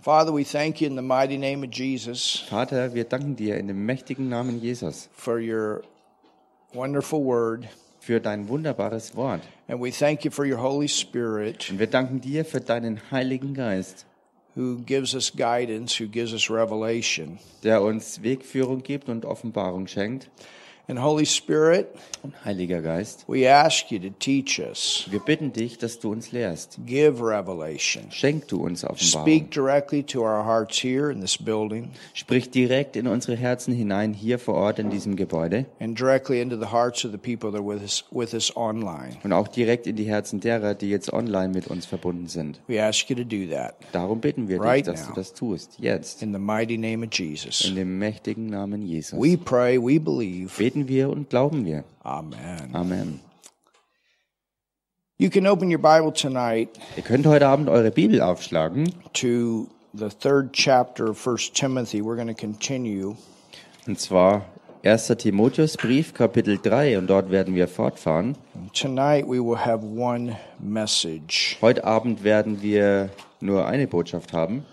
Father, we thank you in the mighty name of Jesus Vater, wir danken dir in dem mächtigen Namen Jesus for your wonderful word. für dein wunderbares Wort. And we thank you for your Holy Spirit Und wir danken dir für deinen Heiligen Geist, who gives us guidance, who gives us revelation. der uns Wegführung gibt und Offenbarung schenkt. And Holy Spirit, Und Heiliger Geist, we ask you to teach us, wir bitten dich, dass du uns lehrst. give revelation, Schenk du uns Offenbarung. speak directly to our hearts here in this building Sprich direkt in unsere Herzen hinein, hier vor Ort in diesem Gebäude. and directly into the hearts of the people that are with us online. Und auch direkt in die Herzen derer, die jetzt online mit uns verbunden sind. We ask you to do that Darum bitten wir dich, Right dass now. du das tust. Jetzt. in the mighty name of Jesus. In dem mächtigen Namen Jesus. We pray, we believe. Beten wir und glauben wir. Amen. Amen. You can open your Bible tonight Ihr könnt heute Abend eure Bibel aufschlagen. to the 3rd chapter of 1 Timothy. We're going to continue. Und zwar 1. Timotheusbrief, Kapitel 3. Und dort werden wir fortfahren. Tonight we will have one message. Heute Abend werden wir nur eine Botschaft haben.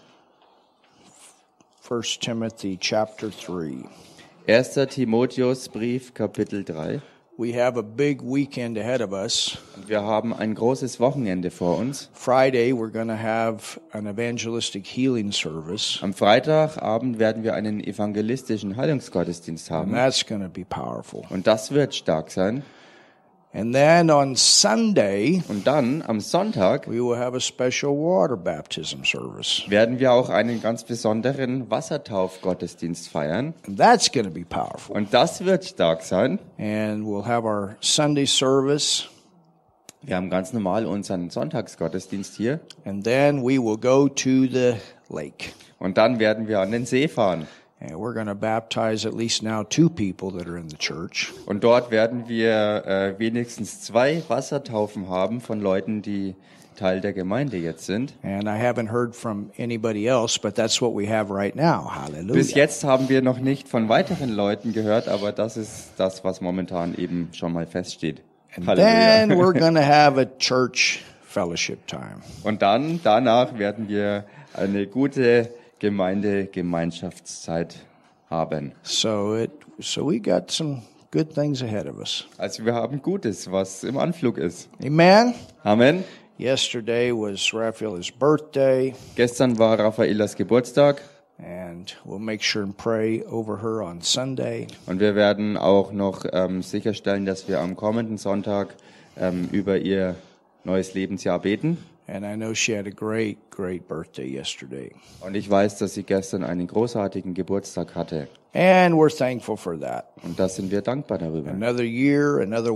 1 Timothy chapter 3. 1. Timotheusbrief, Kapitel 3. We have a big weekend ahead of us. Und wir haben ein großes Wochenende vor uns. Friday we're going to have an evangelistic healing service. Am Freitagabend werden wir einen evangelistischen Heilungsgottesdienst And haben. that's going to be powerful. Und das wird stark sein. And then on Sunday Und dann am Sonntag we will have a special water baptism service. werden wir auch einen ganz besonderen Wassertaufgottesdienst feiern. And that's going to be powerful. Und das wird stark sein. And we'll have our Sunday service. Wir haben ganz normal unseren Sonntagsgottesdienst hier. And then we will go to the lake. Und dann werden wir an den See fahren. And we're going to baptize at least now 2 people that are in the church. Und dort werden wir wenigstens 2 Wassertaufen haben von Leuten, die Teil der Gemeinde jetzt sind. And I haven't heard from anybody else, but that's what we have right now. Bis Hallelujah. jetzt haben wir noch nicht von weiteren Leuten gehört, aber das ist das, was momentan eben schon mal feststeht. And then Halleluja. we're going to have a church fellowship time. Und dann, danach werden wir eine gute Gemeinschaftszeit haben. So we got some good things ahead of us. Also wir haben Gutes, was im Anflug ist. Amen. Amen. Yesterday was Raphael's birthday, Gestern war Raffaelas Geburtstag and we'll make sure and pray over her on Sunday. und wir werden auch noch sicherstellen, dass wir am kommenden Sonntag über ihr neues Lebensjahr beten. And I know she had a great birthday yesterday. Und ich weiß, dass sie gestern einen großartigen Geburtstag hatte. And we're thankful for that. Und da sind wir dankbar darüber. Another year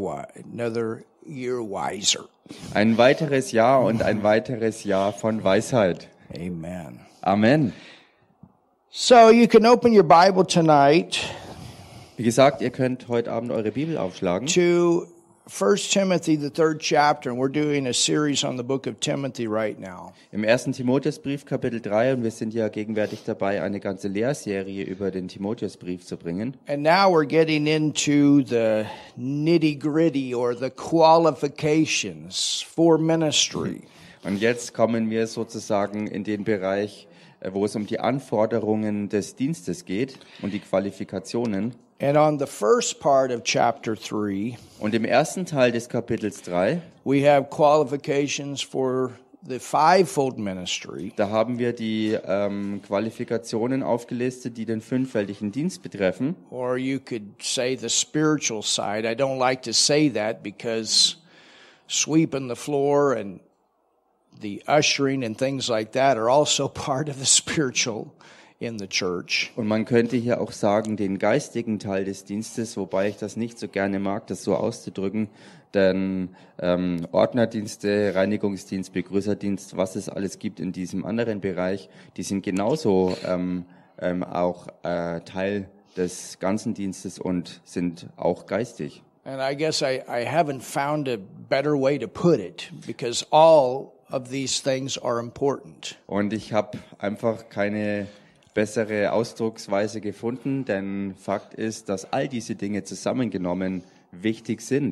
wiser. Ein weiteres Jahr und ein weiteres Jahr von Weisheit. Amen. Amen. So you can open your Bible tonight Wie gesagt, ihr könnt heute Abend eure Bibel aufschlagen. to 1 Timothy, the 3rd chapter, and we're doing a series on the book of Timothy right now. Im 1. Timotheusbrief, Kapitel 3, und wir sind ja gegenwärtig dabei, eine ganze Lehrserie über den Timotheusbrief zu bringen. And now we're getting into the nitty-gritty or the qualifications for ministry. Und jetzt kommen wir sozusagen in den Bereich, wo es um die Anforderungen des Dienstes geht und die Qualifikationen. And on the first part of chapter 3, Und im ersten Teil des Kapitels 3, we have qualifications for the fivefold ministry. da haben wir die Qualifikationen aufgelistet, die den fünffältigen Dienst betreffen. Or you could say the spiritual side. I don't like to say that because sweeping the floor and the ushering and things like that are also part of the spiritual in the church. Und man könnte hier auch sagen, den geistigen Teil des Dienstes, wobei ich das nicht so gerne mag, das so auszudrücken, denn Ordnerdienste, Reinigungsdienst, Begrüßerdienst, was es alles gibt in diesem anderen Bereich, die sind genauso auch Teil des ganzen Dienstes und sind auch geistig. And I guess I haven't found a better way to put it because all of these things are important. Und ich habe einfach keine bessere Ausdrucksweise gefunden, denn Fakt ist, dass all diese Dinge zusammengenommen wichtig sind.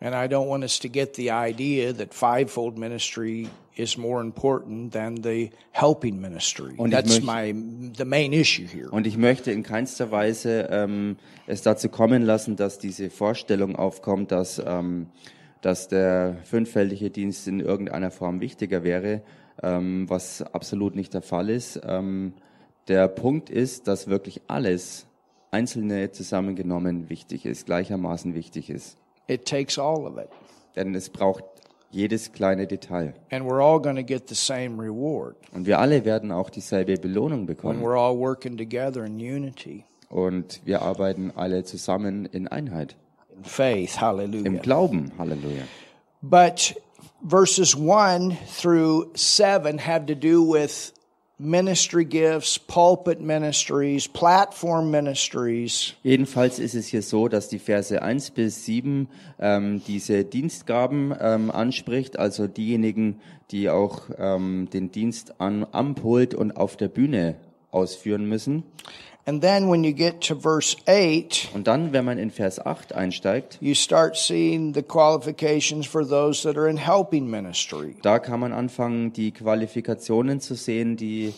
And I don't want us to get the idea that fivefold ministry is more important than the helping ministry. Und That's the main issue here. Und ich möchte in keinster Weise es dazu kommen lassen, dass diese Vorstellung aufkommt, dass der fünffältige Dienst in irgendeiner Form wichtiger wäre, was absolut nicht der Fall ist. Der Punkt ist, dass wirklich alles Einzelne zusammengenommen wichtig ist, gleichermaßen wichtig ist. It takes all of it. Denn es braucht jedes kleine Detail. And we're all going to get the same reward Und wir alle werden auch dieselbe Belohnung when bekommen. we're all working together in unity, Und wir arbeiten alle zusammen in Einheit. in faith. Im Hallelujah. Glauben. Halleluja. But verses 1 through 7 have to do with ministry gifts, pulpit ministries, platform ministries. Jedenfalls ist es hier so, dass die Verse 1 bis 7 diese Dienstgaben anspricht, also diejenigen, die auch den Dienst am Pult und auf der Bühne ausführen müssen. And then when you get to verse 8, Und dann, wenn man in Vers 8 einsteigt, you start seeing the qualifications for those that are in helping ministry. da kann man anfangen, die Qualifikationen zu sehen, die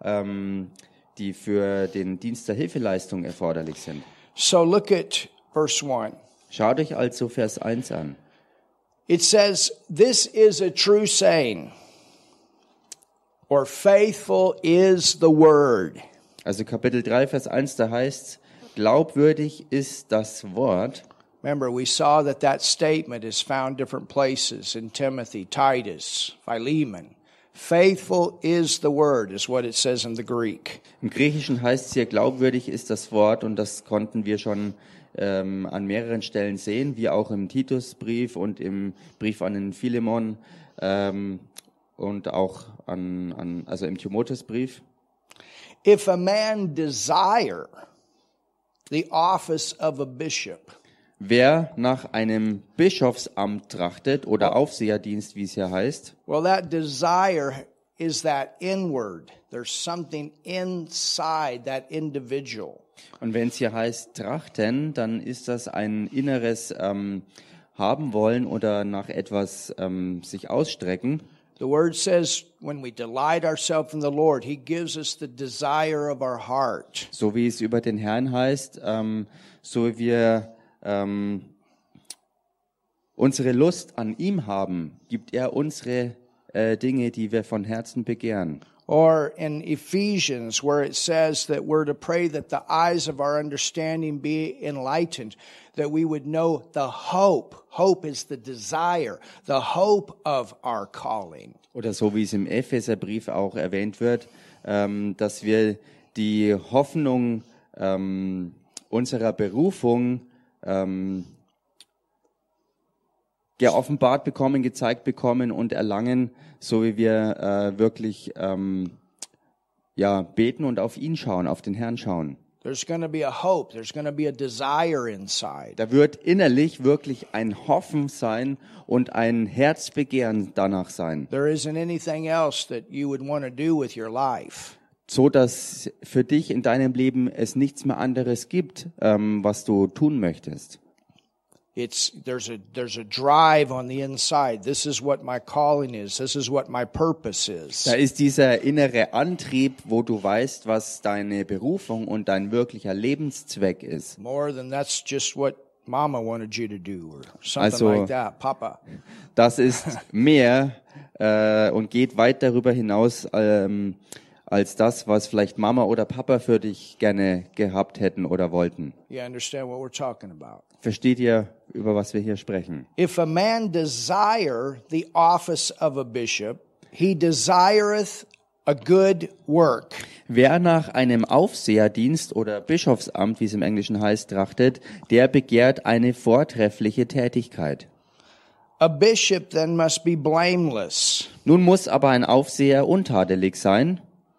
für den Dienst der Hilfeleistung erforderlich sind. So look at verse 1. Schaut euch also Vers 1 an. It says, "This is a true saying," or "faithful is the word." Also Kapitel 3, Vers 1, da heißt, glaubwürdig ist das Wort. Remember, we saw that statement is found different places in Timothy, Titus, Philemon. Faithful is the word, is what it says in the Greek. Im Griechischen heißt es hier, glaubwürdig ist das Wort, und das konnten wir schon an mehreren Stellen sehen, wie auch im Titusbrief und im Brief an den Philemon und auch also im Timotheusbrief. If a man desire the office of a bishop, Wer nach einem Bischofsamt trachtet oder Aufseherdienst, wie es hier heißt, well, that desire is that inward. There's something inside that individual. und wenn es hier heißt trachten, dann ist das ein inneres haben wollen oder nach etwas sich ausstrecken. The word says when we delight ourselves in the Lord, He gives us the desire of our heart. So wie es über den Herrn heißt, so wie wir unsere Lust an ihm haben, gibt er unsere Dinge, die wir von Herzen begehren. Or in Ephesians, where it says that we're to pray that the eyes of our understanding be enlightened, that we would know the hope. Hope is the desire, the hope of our calling. Oder so wie es im Epheserbrief auch erwähnt wird, dass wir die Hoffnung unserer Berufung geoffenbart bekommen, gezeigt bekommen und erlangen, so wie wir wirklich beten und auf ihn schauen, auf den Herrn schauen. There's going to be a hope. There's going to be a desire inside. Da wird innerlich wirklich ein Hoffen sein und ein Herzbegehren danach sein, There isn't anything else that you would want to do with your life. so dass für dich in deinem Leben es nichts mehr anderes gibt, was du tun möchtest. There's a drive on the inside. This is what my calling is. This is what my purpose is. Da ist dieser innere Antrieb, wo du weißt, was deine Berufung und dein wirklicher Lebenszweck ist. More than that's just what Mama wanted you to do or something Also- like that. Papa. Das ist mehr und geht weit darüber hinaus als das, was vielleicht Mama oder Papa für dich gerne gehabt hätten oder wollten. You understand what we're talking about? Versteht ihr, über was wir hier sprechen? If a man desire the office of a bishop, he desireth a good work. Wer nach einem Aufseherdienst oder Bischofsamt, wie es im Englischen heißt, trachtet, der begehrt eine vortreffliche Tätigkeit. A bishop then must be blameless. Nun muss aber ein Aufseher untadelig sein,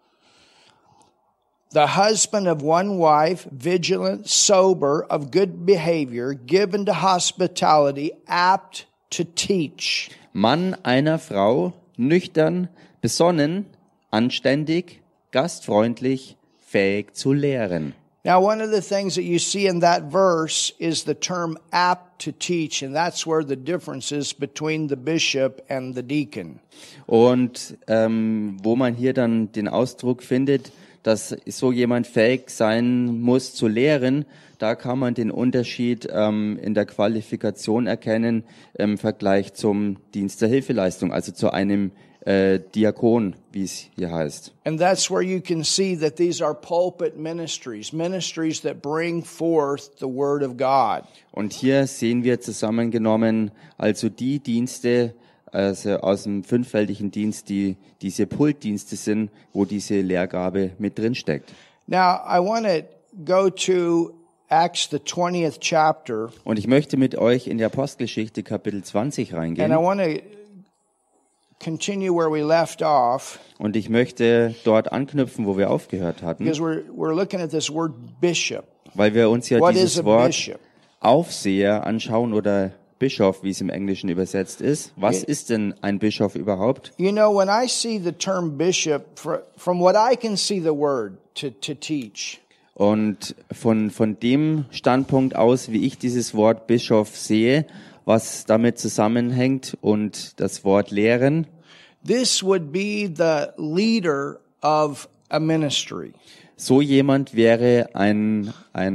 The husband of one wife, vigilant, sober, of good behavior, given to hospitality, apt to teach. Mann einer Frau, nüchtern, besonnen, anständig, gastfreundlich, fähig zu lehren. Now, one of the things that you see in that verse is the term apt to teach, and that's where the difference is between the bishop and the deacon. Und wo man hier dann den Ausdruck findet, dass so jemand fähig sein muss zu lehren, da kann man den Unterschied in der Qualifikation erkennen im Vergleich zum Dienst der Hilfeleistung, also zu einem Diakon, wie es hier heißt. And that's where you can see that these are pulpit ministries, ministries that bring forth the word of God. Und hier sehen wir zusammengenommen also die Dienste, also aus dem fünffältigen Dienst, die diese Pultdienste sind, wo diese Lehrgabe mit drin steckt. Now, I want to go to Acts the 20th chapter. Und ich möchte mit euch in die Apostelgeschichte Kapitel 20 reingehen. And I want to continue where we left off. Und ich möchte dort anknüpfen, wo wir aufgehört hatten, Because we're looking at this word bishop. weil wir uns ja What is dieses a Wort bishop? Aufseher anschauen oder Bischof, wie es im Englischen übersetzt ist. Was ist denn ein Bischof überhaupt? You know, when I see the term bishop, from what I can see the word to teach, Und von dem Standpunkt aus, wie ich dieses Wort Bischof sehe, was damit zusammenhängt und das Wort lehren, this would be the leader of a ministry. so jemand wäre ein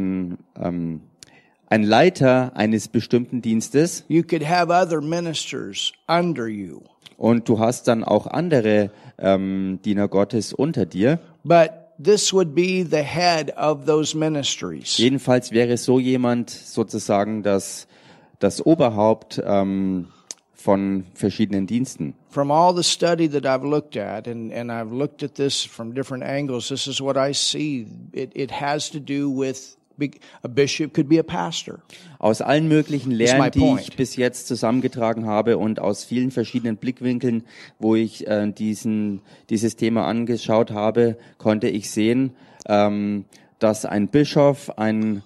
Leiter eines bestimmten Dienstes, You could have other ministers under you, und du hast dann auch andere Diener Gottes unter dir. but this would be the head of those ministries. Jedenfalls wäre so jemand sozusagen das Oberhaupt von verschiedenen Diensten. From all the study that I've looked at, and I've looked at this from different angles, this is what I see. It has to do with a bishop could be a pastor. Aus allen möglichen my Lehren, die point. ich bis jetzt zusammengetragen habe und aus vielen verschiedenen Blickwinkeln, wo ich dieses Thema angeschaut habe, konnte ich sehen, dass ein Bischof ein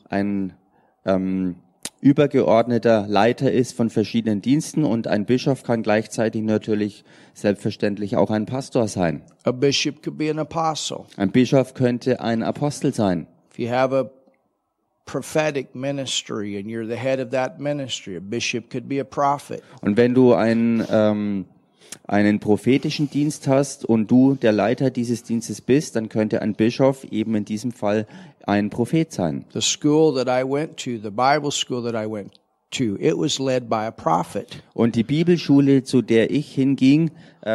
übergeordneter Leiter ist von verschiedenen Diensten, und ein Bischof kann gleichzeitig natürlich selbstverständlich auch ein Pastor sein. A bishop could be an apostle. Ein Bischof könnte ein Apostel sein. If you have a prophetic ministry and you're the head of that ministry, a bishop could be a prophet. Und wenn du einen prophetischen Dienst hast und du der Leiter dieses Dienstes bist, dann könnte ein Bischof eben in diesem Fall ein Prophet sein. The school that I went to, the Bible school that I went to, it was led by a prophet. Und die Bibelschule, zu der ich hinging,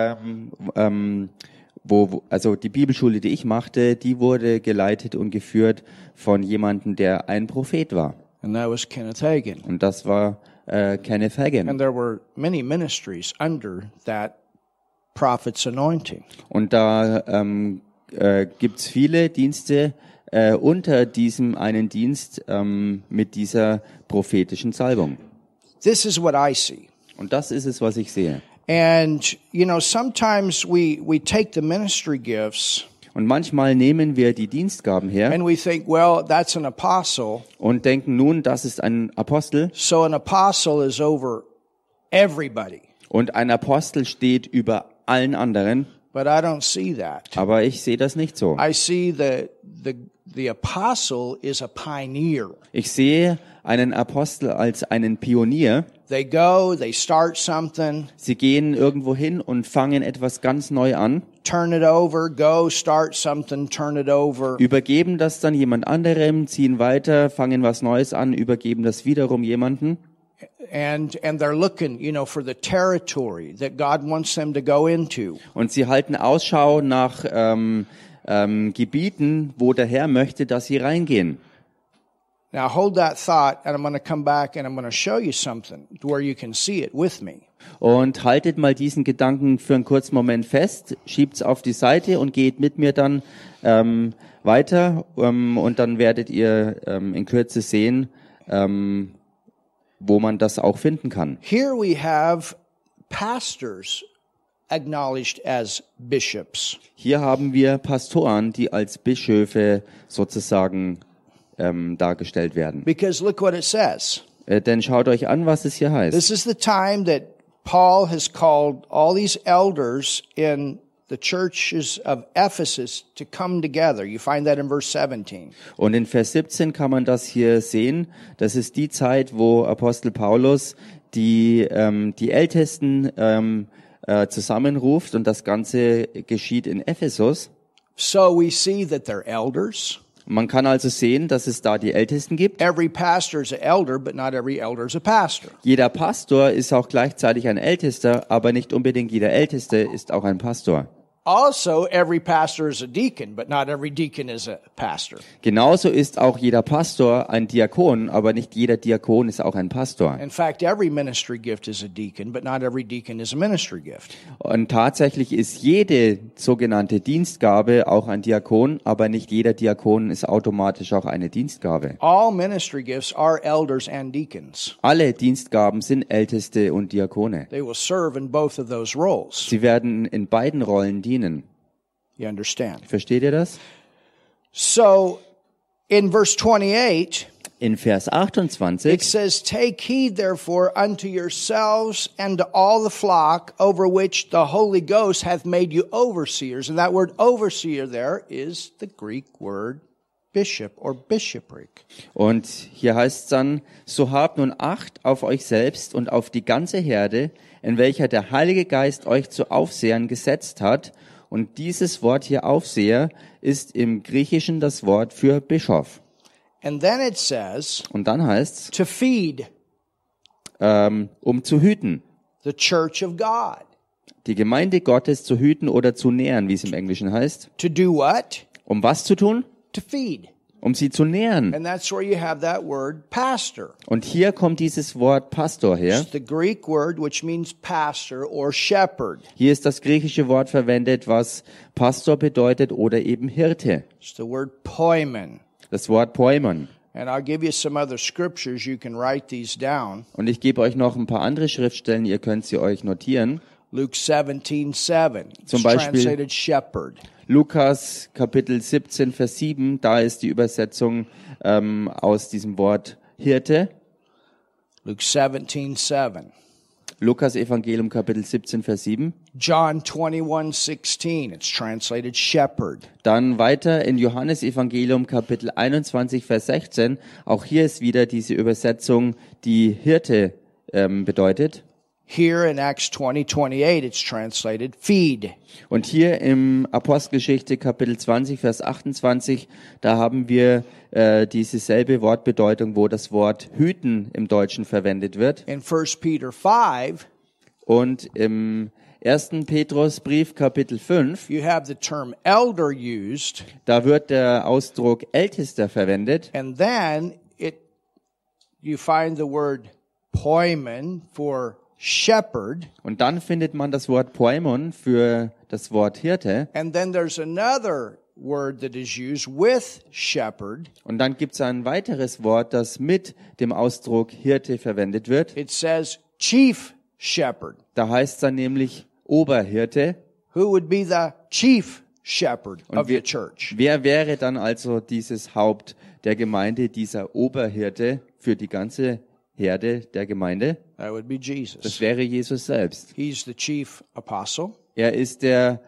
also die Bibelschule, die ich machte, die wurde geleitet und geführt von jemandem, der ein Prophet war. And that was Kenneth Hagin. Und das war Kenneth Hagin. And there were many ministries under that prophet's anointing. Und da gibt's viele Dienste unter diesem einen Dienst mit dieser prophetischen Salbung. This is what I see. Und das ist es, was ich sehe. And, you know, sometimes we take the ministry gifts Und manchmal nehmen wir die Dienstgaben her and we think, well, that's an apostle. und denken, nun, das ist ein Apostel, So an apostle is over everybody. und ein Apostel steht über allen anderen. But I don't see that. Aber ich sehe das nicht so. I see the apostle is a pioneer. Ich sehe einen Apostel als einen Pionier. They go, they start something, Sie gehen irgendwo hin und fangen etwas ganz neu an, turn it over, go, start something, turn it over. übergeben das dann jemand anderem, ziehen weiter, fangen was Neues an, übergeben das wiederum jemanden. And they're looking, you know, for the territory that God wants them to go into. Und sie halten Ausschau nach Gebieten, wo der Herr möchte, dass sie reingehen. Now hold that thought, and I'm going to come back and I'm going to show you something where you can see it with me. Und haltet mal diesen Gedanken für einen kurzen Moment fest, schiebt's auf die Seite und geht mit mir dann weiter, und dann werdet ihr in Kürze sehen, wo man das auch finden kann. Here we have pastors acknowledged as bishops. Hier haben wir Pastoren, die als Bischöfe sozusagen dargestellt werden. Because look what it says. Denn schaut euch an, was es hier heißt. This is the time that Paul has called all these elders in the churches of Ephesus to come together. You find that in verse 17. Und in Vers 17 kann man das hier sehen. Das ist die Zeit, wo Apostel Paulus die Ältesten zusammenruft, und das Ganze geschieht in Ephesus. So we see that they're elders. Man kann also sehen, dass es da die Ältesten gibt. Every pastor is an elder, but not every elder is a pastor. Jeder Pastor ist auch gleichzeitig ein Ältester, aber nicht unbedingt jeder Älteste ist auch ein Pastor. Also, every pastor is a deacon, but not every deacon is a pastor. Genauso ist auch jeder Pastor ein Diakon, aber nicht jeder Diakon ist auch ein Pastor. In fact, every ministry gift is a deacon, but not every deacon is a ministry gift. Und tatsächlich ist jede sogenannte Dienstgabe auch ein Diakon, aber nicht jeder Diakon ist automatisch auch eine Dienstgabe. All ministry gifts are elders and deacons. Alle Dienstgaben sind Älteste und Diakone. They will serve in both of those roles. Sie werden in beiden Rollen dienen. You understand? Versteht ihr das? So, in verse 28, In Vers it 28 says, "Take heed therefore unto yourselves and to all the flock over which the Holy Ghost hath made you overseers." And that word overseer there is the Greek word bishop or bishopric. Und hier heißt es dann, so habt nun Acht auf euch selbst und auf die ganze Herde, in welcher der Heilige Geist euch zu Aufsehern gesetzt hat. Und dieses Wort hier Aufseher ist im Griechischen das Wort für Bischof. And then it says, Und dann heißt to feed es, um zu hüten, the church of God. die Gemeinde Gottes zu hüten oder zu nähren, wie es im Englischen heißt. To do what? Um was zu tun? To feed. Um sie zu nähren. And that's where you have that word pastor. Und hier kommt dieses Wort Pastor her. It's the Greek word which means pastor or shepherd. Hier ist das griechische Wort verwendet, was Pastor bedeutet oder eben Hirte. It's the word poimen. Das Wort Poimon. And I'll give you some other scriptures. You can write these down. Und ich gebe euch noch ein paar andere Schriftstellen, ihr könnt sie euch notieren. Luke 17:7. It's Zum Beispiel- translated shepherd. Lukas Kapitel 17, Vers 7, da ist die Übersetzung aus diesem Wort Hirte. Luke 17:7. Lukas Evangelium Kapitel 17, Vers 7. John 21:16. It's translated shepherd. Dann weiter in Johannes Evangelium Kapitel 21, Vers 16. Auch hier ist wieder diese Übersetzung, die Hirte bedeutet. Here in Acts 20:28, it's translated feed. Und hier im Apostelgeschichte Kapitel 20, Vers 28, da haben wir diese selbe Wortbedeutung, wo das Wort hüten im Deutschen verwendet wird. In 1 Peter 5, Und im 1. Petrusbrief Kapitel 5, you have the term elder used, da wird der Ausdruck Ältester verwendet. and then you find the word poimen for shepherd, Und dann findet man das Wort Poimon für das Wort Hirte. and then there's another word that is used with shepherd. Und dann gibt es ein weiteres Wort, das mit dem Ausdruck Hirte verwendet wird. It says chief shepherd. Da heißt es dann nämlich Oberhirte. Who would be the chief shepherd of the wer, church? wer wäre dann also dieses Haupt der Gemeinde, dieser Oberhirte für die ganze Herde der Gemeinde? That would be Das Jesus. wäre Jesus selbst. He's the chief apostle. Er ist der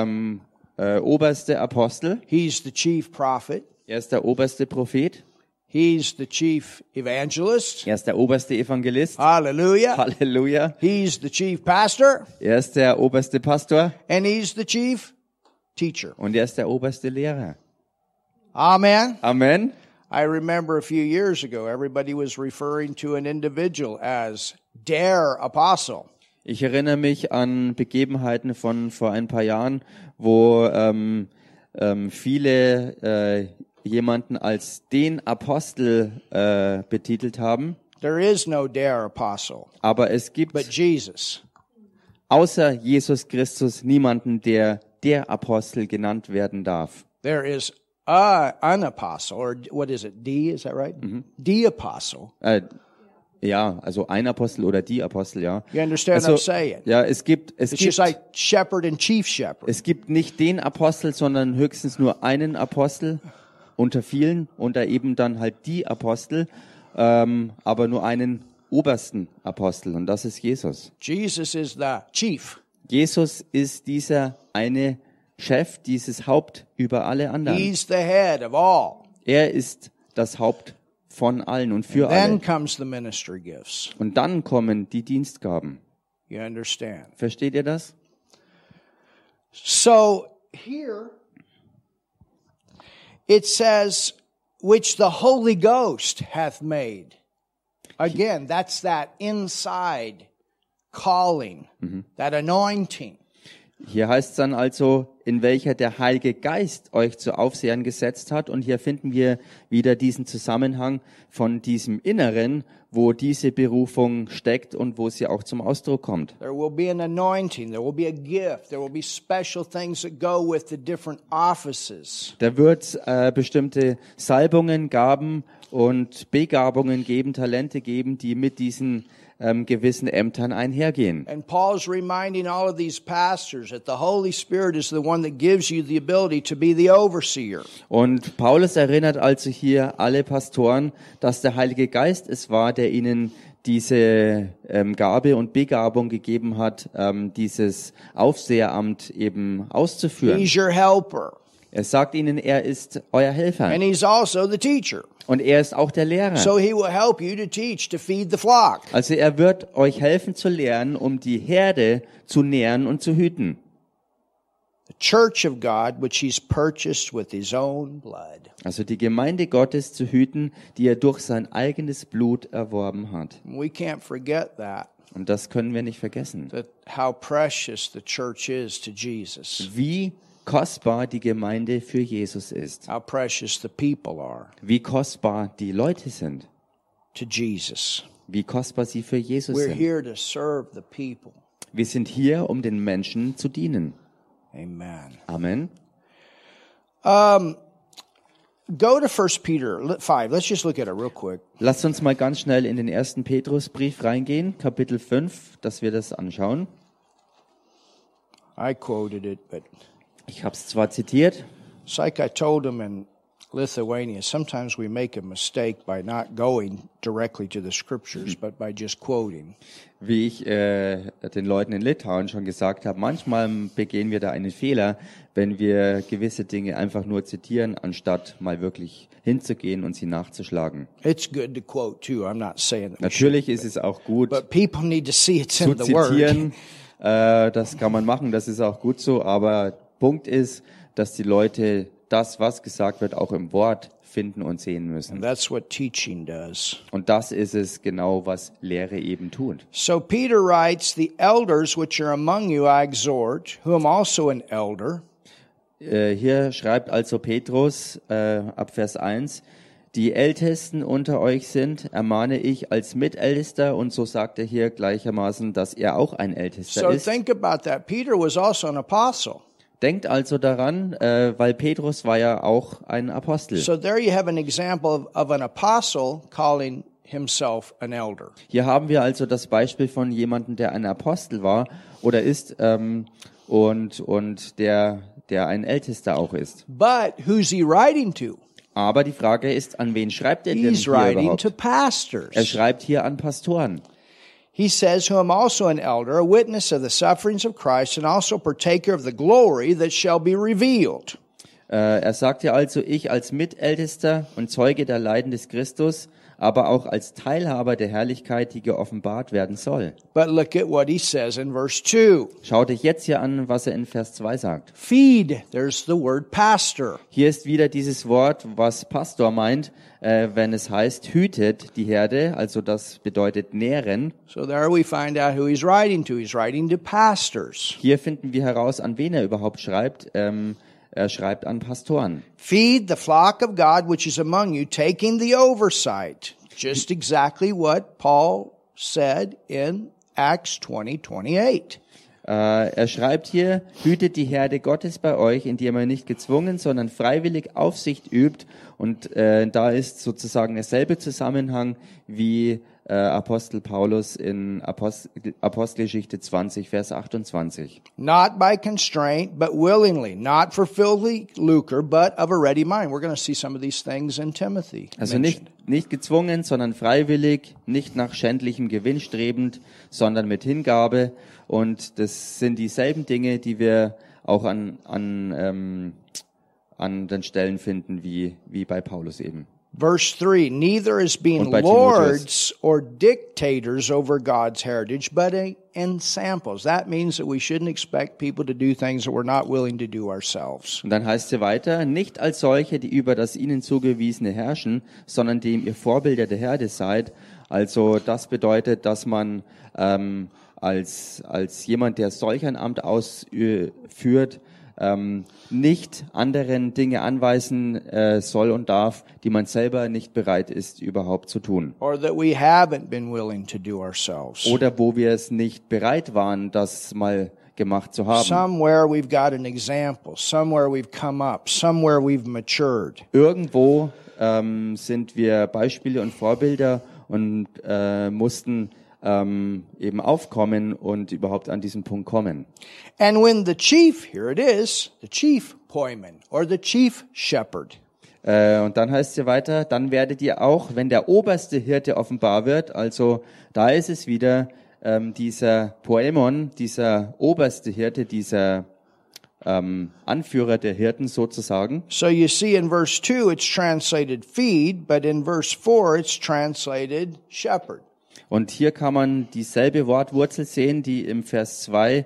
oberste Apostel. He's the chief prophet. Er ist der oberste Prophet. He's the chief evangelist. Er ist der oberste Evangelist. Hallelujah. Halleluja. He's the chief pastor. Er ist der oberste Pastor And he's the chief teacher. und er ist der oberste Lehrer. Amen. Amen. I remember a few years ago, everybody was referring to an individual as der apostle. Ich erinnere mich an Begebenheiten von vor ein paar Jahren, wo viele jemanden als den Apostel betitelt haben. There is no der apostle, Aber es gibt but Jesus. außer Jesus Christus niemanden, der Apostel genannt werden darf. There is an apostle, or what is it? D, is that right? The apostle. Ja, also ein Apostel oder die Apostel, ja. You understand what I'm saying? Ja, es gibt It's just like shepherd and chief shepherd. es gibt nicht den Apostel, sondern höchstens nur einen Apostel unter vielen und da eben dann halt die Apostel, aber nur einen obersten Apostel und das ist Jesus. Jesus is the chief. Jesus ist dieser eine Chef, dieses Haupt über alle anderen. He's the head of all. Er ist das Haupt von allen und für Then alle. comes the ministry gifts. Und dann kommen die Dienstgaben. You understand? Versteht ihr das? So here it says, which the Holy Ghost hath made. Again, that's that inside calling, that anointing. Hier heißt es dann also, in welcher der Heilige Geist euch zu Aufsehern gesetzt hat. Und hier finden wir wieder diesen Zusammenhang von diesem Inneren, wo diese Berufung steckt und wo sie auch zum Ausdruck kommt. There will be an anointing, there will be a gift, there will be special things that go with the different offices. Da wird bestimmte Salbungen, Gaben und Begabungen geben, Talente geben, die mit diesen gewissen Ämtern einhergehen. And Paul's reminding all of these pastors that the Holy Spirit is the one that gives you the ability to be the overseer. Und Paulus erinnert also hier alle Pastoren, dass der Heilige Geist es war, der ihnen diese Gabe und Begabung gegeben hat, dieses Aufseheramt eben auszuführen. He's your helper. Er sagt ihnen, er ist euer Helfer. And he's also the teacher. Und er ist auch der Lehrer. So he will help you to teach, to feed the flock. Also er wird euch helfen zu lernen, um die Herde zu nähren und zu hüten. The church of God, which he's purchased with his own blood. Also die Gemeinde Gottes zu hüten, die er durch sein eigenes Blut erworben hat. We can't forget that. Und das können wir nicht vergessen. That how precious the church is to Jesus. Wie kostbar die Gemeinde für Jesus ist. How precious the people are Wie kostbar die Leute sind. to Jesus. Wie kostbar sie für Jesus We're sind. here to serve the people. Wir sind hier, um den Menschen zu dienen. Amen. Amen. Go to 1 Peter 5. Let's just look at it real quick. Lasst uns mal ganz schnell in den 1. Petrusbrief reingehen, Kapitel 5, dass wir das anschauen. I quoted it, but Ich habe es zwar zitiert, it's like I told them in Lithuania. Sometimes we make a mistake by not going directly to the scriptures, but by just quoting. wie ich den Leuten in Litauen schon gesagt habe, manchmal begehen wir da einen Fehler, wenn wir gewisse Dinge einfach nur zitieren, anstatt mal wirklich hinzugehen und sie nachzuschlagen. It's good to quote too. I'm not saying that we should, Natürlich ist es auch gut but people need to see it's zu in the Word. zitieren, das kann man machen, das ist auch gut so, aber Punkt ist, dass die Leute das, was gesagt wird, auch im Wort finden und sehen And müssen. that's what teaching does. Und das ist es genau, was Lehre eben tut. So Peter writes, "The elders which are among you I exhort, who am also an elder." Hier schreibt also Petrus ab Vers 1, die Ältesten unter euch sind, ermahne ich als Mitältester, und so sagt er hier gleichermaßen, dass er auch ein Ältester So ist. think about that. Peter was also an apostle. Denkt also daran, weil Petrus war ja auch ein Apostel. So there you have an example of an apostle calling himself an elder. Hier haben wir also das Beispiel von jemandem, der ein Apostel war oder ist und der ein Ältester auch ist. But who's he writing to? Aber die Frage ist, an wen schreibt er denn He's hier writing überhaupt? to Er pastors. schreibt hier an Pastoren. He says, who am also an elder, a witness of the sufferings of Christ, and also partaker of the glory that shall be revealed. Er sagt ja also, ich als Mitältester und Zeuge der Leiden des Christus, aber auch als Teilhaber der Herrlichkeit, die geoffenbart werden soll. But look at what he says in verse 2. Schaut euch jetzt hier an, was er in Vers 2 sagt. Feed, there's the word pastor. Hier ist wieder dieses Wort, was Pastor meint, wenn es heißt, hütet die Herde, also das bedeutet nähren. So there we find out who he's writing to. He's writing to pastors. Hier finden wir heraus, an wen er überhaupt schreibt. Er schreibt an Pastoren. Feed the flock of God which is among you, taking the oversight. Just exactly what Paul said in Acts 20:28. Er schreibt hier, hütet die Herde Gottes bei euch, indem er nicht gezwungen, sondern freiwillig Aufsicht übt. Und da ist sozusagen derselbe Zusammenhang, wie Apostel Paulus in Apostelgeschichte 20, Vers 28. Not by constraint, but willingly, not for filthy lucre, but of a ready mind. We're going to see some of these things in Timothy. Also mentioned. nicht gezwungen, sondern freiwillig, nicht nach schändlichem Gewinn strebend, sondern mit Hingabe. Und das sind dieselben Dinge, die wir auch an den Stellen finden, wie bei Paulus eben. Verse 3, neither as being Und bei lords or dictators over God's heritage, but in samples. That means that we shouldn't expect people to do things that we're not willing to do ourselves. Und dann heißt es weiter, nicht als solche, die über das ihnen zugewiesene herrschen, sondern dem ihr Vorbilder der Herde seid. Also das bedeutet, dass man als jemand, der solch ein Amt ausführt, nicht anderen Dinge anweisen soll und darf, die man selber nicht bereit ist, überhaupt zu tun. Or that we haven't been willing to do ourselves. Oder wo wir es nicht bereit waren, das mal gemacht zu haben. Somewhere we've got an example. Somewhere we've come up. Somewhere we've matured. Irgendwo sind wir Beispiele und Vorbilder und mussten eben aufkommen und überhaupt an diesen Punkt kommen. And when the chief, here it is, the chief poimen, or the chief shepherd. Und dann heißt es ja weiter, dann werdet ihr auch, wenn der oberste Hirte offenbar wird, also da ist es wieder dieser Poemon, dieser oberste Hirte, dieser Anführer der Hirten sozusagen. So you see in verse 2 it's translated feed, but in verse 4 it's translated shepherd. Und hier kann man dieselbe Wortwurzel sehen, die im Vers 2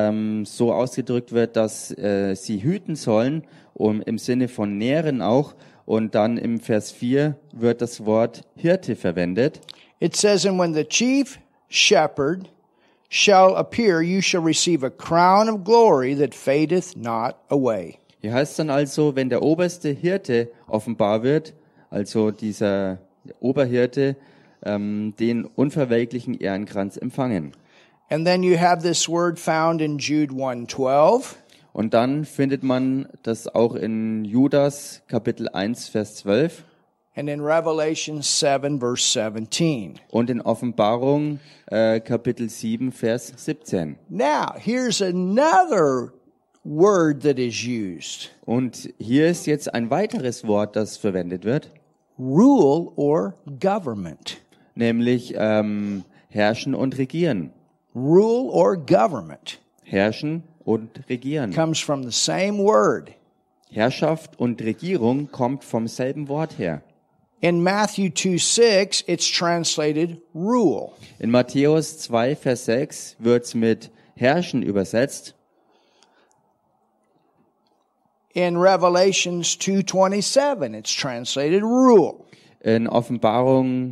so ausgedrückt wird, dass sie hüten sollen, im Sinne von nähren auch. Und dann im Vers 4 wird das Wort Hirte verwendet. It says, and when the chief shepherd shall appear, you shall receive a crown of glory that fadeth not away. Hier heißt es dann also, wenn der oberste Hirte offenbar wird, also dieser Oberhirte, den unverwelklichen Ehrenkranz empfangen. And then you have this word found in Jude 1:12. Und dann findet man das auch in Judas Kapitel 1 Vers 12 and in Revelation 7 verse 17. und in Offenbarung Kapitel 7 Vers 17. Now, here's another word that is used. Und hier ist jetzt ein weiteres Wort, das verwendet wird, Rule or government. nämlich herrschen und regieren. Rule or government Herrschen und regieren. comes from the same word. Herrschaft und Regierung kommt vom selben Wort her. In Matthew 2:6, it's translated rule. In Matthäus 2 Vers 6 wird's mit herrschen übersetzt. In Revelations 2:27, it's translated rule. In Offenbarung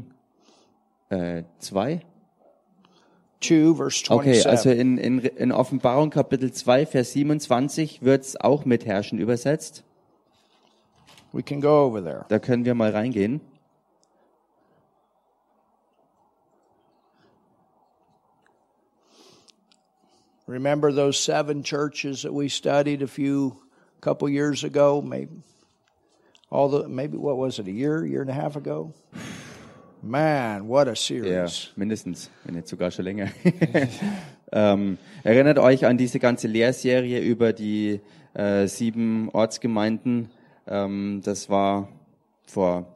2? 2 verse 27. Okay, also in Offenbarung Kapitel 2 Vers 27 wird's auch mit herrschen übersetzt. We can go over there. Da können wir mal reingehen. Remember those 7 churches that we studied couple years ago, maybe what was it, a year and a half ago? Man, what a Ja, series. mindestens, wenn nicht sogar schon länger. Erinnert euch an diese ganze Lehrserie über die 7 Ortsgemeinden. Das war vor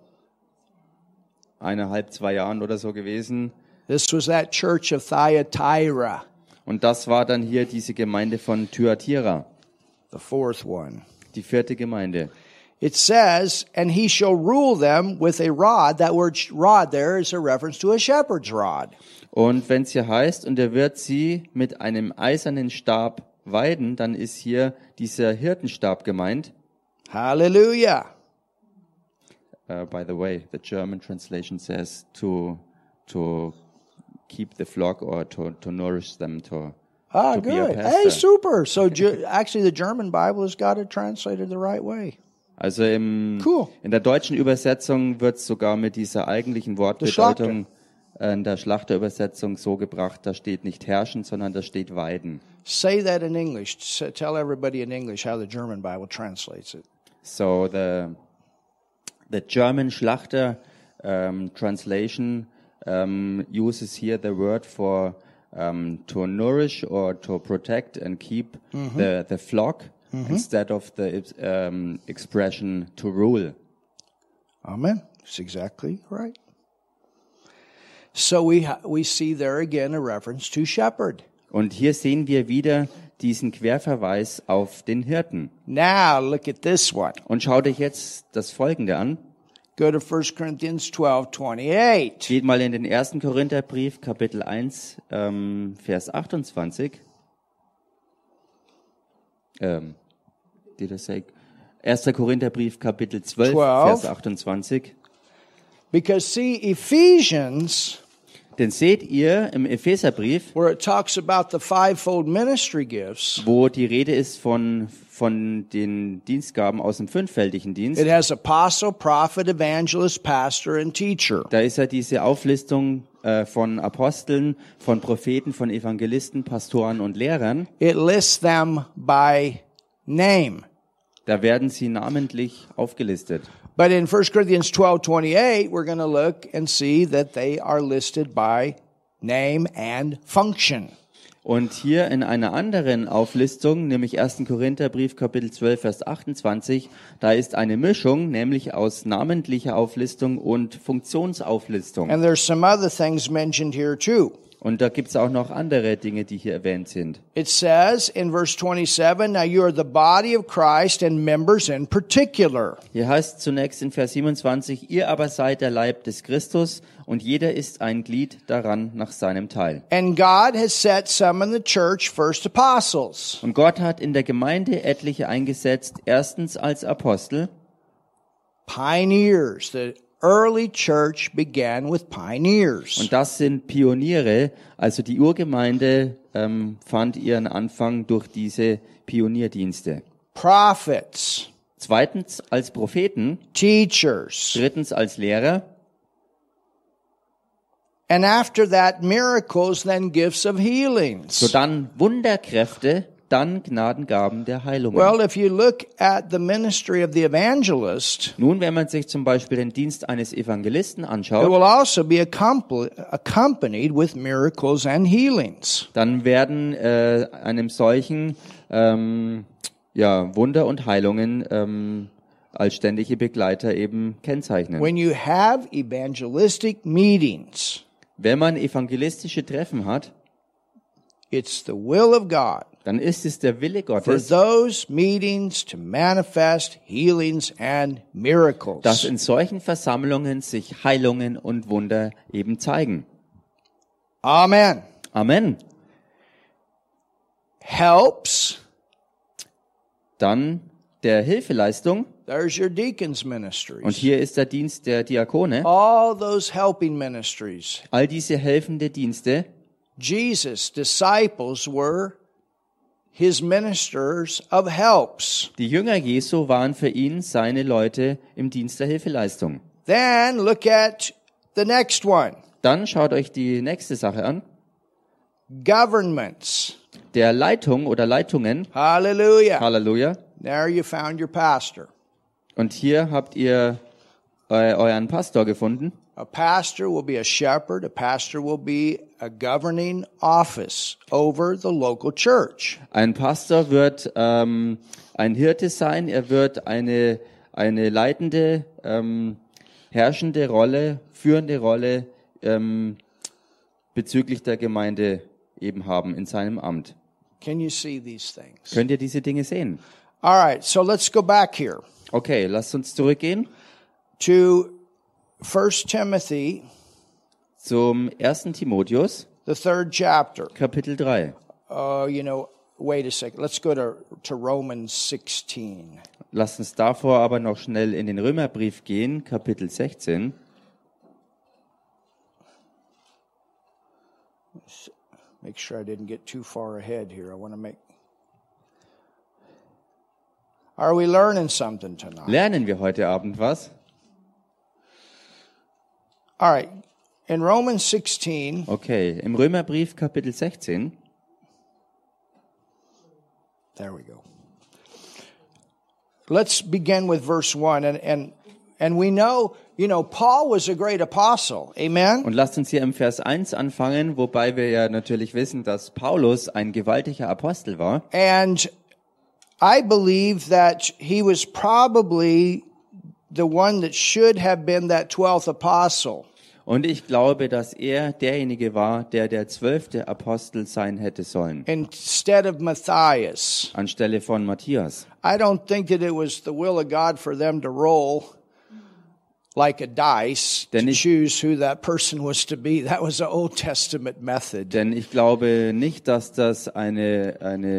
1,5, 2 Jahren oder so gewesen. This was that church of Thyatira, Und das war dann hier diese Gemeinde von Thyatira, the 4th one. die 4. Gemeinde. It says, and he shall rule them with a rod. That word rod there is a reference to a shepherd's rod. Und wenn es hier heißt, und er wird sie mit einem eisernen Stab weiden, dann ist hier dieser Hirtenstab gemeint. Hallelujah. By the way, the German translation says to keep the flock or to nourish them, to be a Good. pastor. Hey, super. So actually the German Bible has got it translated the right way. Also Cool. in der deutschen Übersetzung wird es sogar mit dieser eigentlichen Wortbedeutung in der Schlachterübersetzung so gebracht, da steht nicht herrschen, sondern da steht weiden. Say that in English. Tell everybody in English how the German Bible translates it. So the German Schlachter translation uses here the word for to nourish or to protect and keep the flock instead of the expression to rule. Amen. That's exactly right. So we see there again a reference to shepherd. Und hier sehen wir wieder diesen Querverweis auf den Hirten. Now look at this one. Und schaut euch jetzt das Folgende an. Go to 1 Corinthians 12:28. Geht mal in den 1. Korintherbrief, Kapitel 1, Vers 28. Did I say? 1. Korintherbrief, Kapitel 12, 12. Vers 28. Because see, Ephesians, Denn seht ihr im Epheserbrief, where it talks about the fivefold ministry gifts, wo die Rede ist von den Dienstgaben aus dem fünffältigen Dienst, it has apostle, prophet, evangelist, pastor, and teacher. da ist ja diese Auflistung von Aposteln, von Propheten, von Evangelisten, Pastoren und Lehrern. It lists them by name. Da werden sie namentlich aufgelistet. But in 1 Corinthians 12:28, we're going to look and see that they are listed by name and function. Und hier in einer anderen Auflistung, nämlich 1. Korintherbrief, Kapitel 12, Vers 28, da ist eine Mischung, nämlich aus namentlicher Auflistung und Funktionsauflistung. And there's some other things mentioned here too. Und da gibt es auch noch andere Dinge, die hier erwähnt sind. It says in verse 27, now you are the body of Christ and members in particular. Hier heißt zunächst in Vers 27, ihr aber seid der Leib des Christus und jeder ist ein Glied daran nach seinem Teil. And God has set some in the church first apostles. Und Gott hat in der Gemeinde etliche eingesetzt, erstens als Apostel, Pioneers. The early church began with pioneers. und das sind Pioniere, also die Urgemeinde fand ihren Anfang durch diese Pionierdienste. Prophets, Zweitens als Propheten, teachers, drittens als Lehrer and after that miracles, then gifts of healings. sodann Wunderkräfte, dann Gnadengaben der Heilungen. Well, if you look at the ministry of the evangelist, Nun, wenn man sich zum Beispiel den Dienst eines Evangelisten it anschaut, will also be accompanied with miracles and healings. dann werden einem solchen Wunder und Heilungen als ständige Begleiter eben kennzeichnen. When you have evangelistic meetings, Wenn man evangelistische Treffen hat, it's the will of God dann ist es der Wille for Gottes, those meetings to manifest healings and dass miracles. in solchen Versammlungen sich Heilungen und Wunder eben zeigen. Amen. Amen. Helps. Dann der Hilfeleistung. There's your deacons' Und ministries. hier ist der Dienst der Diakone. All those helping ministries. All diese helfende Dienste. Jesus' disciples were his ministers of helps. Die Jünger Jesu waren für ihn seine Leute im Dienst der Hilfeleistung. Then look at the next one. Dann schaut euch die nächste Sache an. Governments. Der Leitung oder Leitungen. Hallelujah. Halleluja. There you found your pastor. Und hier habt ihr euren Pastor gefunden. A pastor will be a shepherd. A pastor will be a governing office over the local church. Ein Pastor wird ein Hirte sein. Er wird eine leitende, herrschende Rolle, führende Rolle bezüglich der Gemeinde eben haben in seinem Amt. Can you see these things? Könnt ihr diese Dinge sehen? All right, so let's go back here Okay, lasst uns zurückgehen to 1 Timothy, zum 1. Timotheus, the 3rd chapter. Kapitel 3. Wait a second. Let's go to Romans 16. Lasst uns davor aber noch schnell in den Römerbrief gehen, Kapitel 16. Make sure I didn't get too far ahead here. Are we learning something tonight? Lernen wir heute Abend was? All right. In Romans 16, Okay, im Römerbrief Kapitel 16. there we go. Let's begin with verse 1. And we know, Paul was a great apostle. Amen? Und lasst uns hier im Vers 1 anfangen, wobei wir ja natürlich wissen, dass Paulus ein gewaltiger Apostel war. And I believe that he was probably the one that should have been that 12th apostle. Und ich glaube, dass er derjenige war, der 12. Apostel sein hätte sollen, Instead of Matthias. anstelle von Matthias. I don't think that it was the will of God for them to roll like a dice to choose who that person was to be. That was an Old Testament method. Denn ich glaube nicht, dass das eine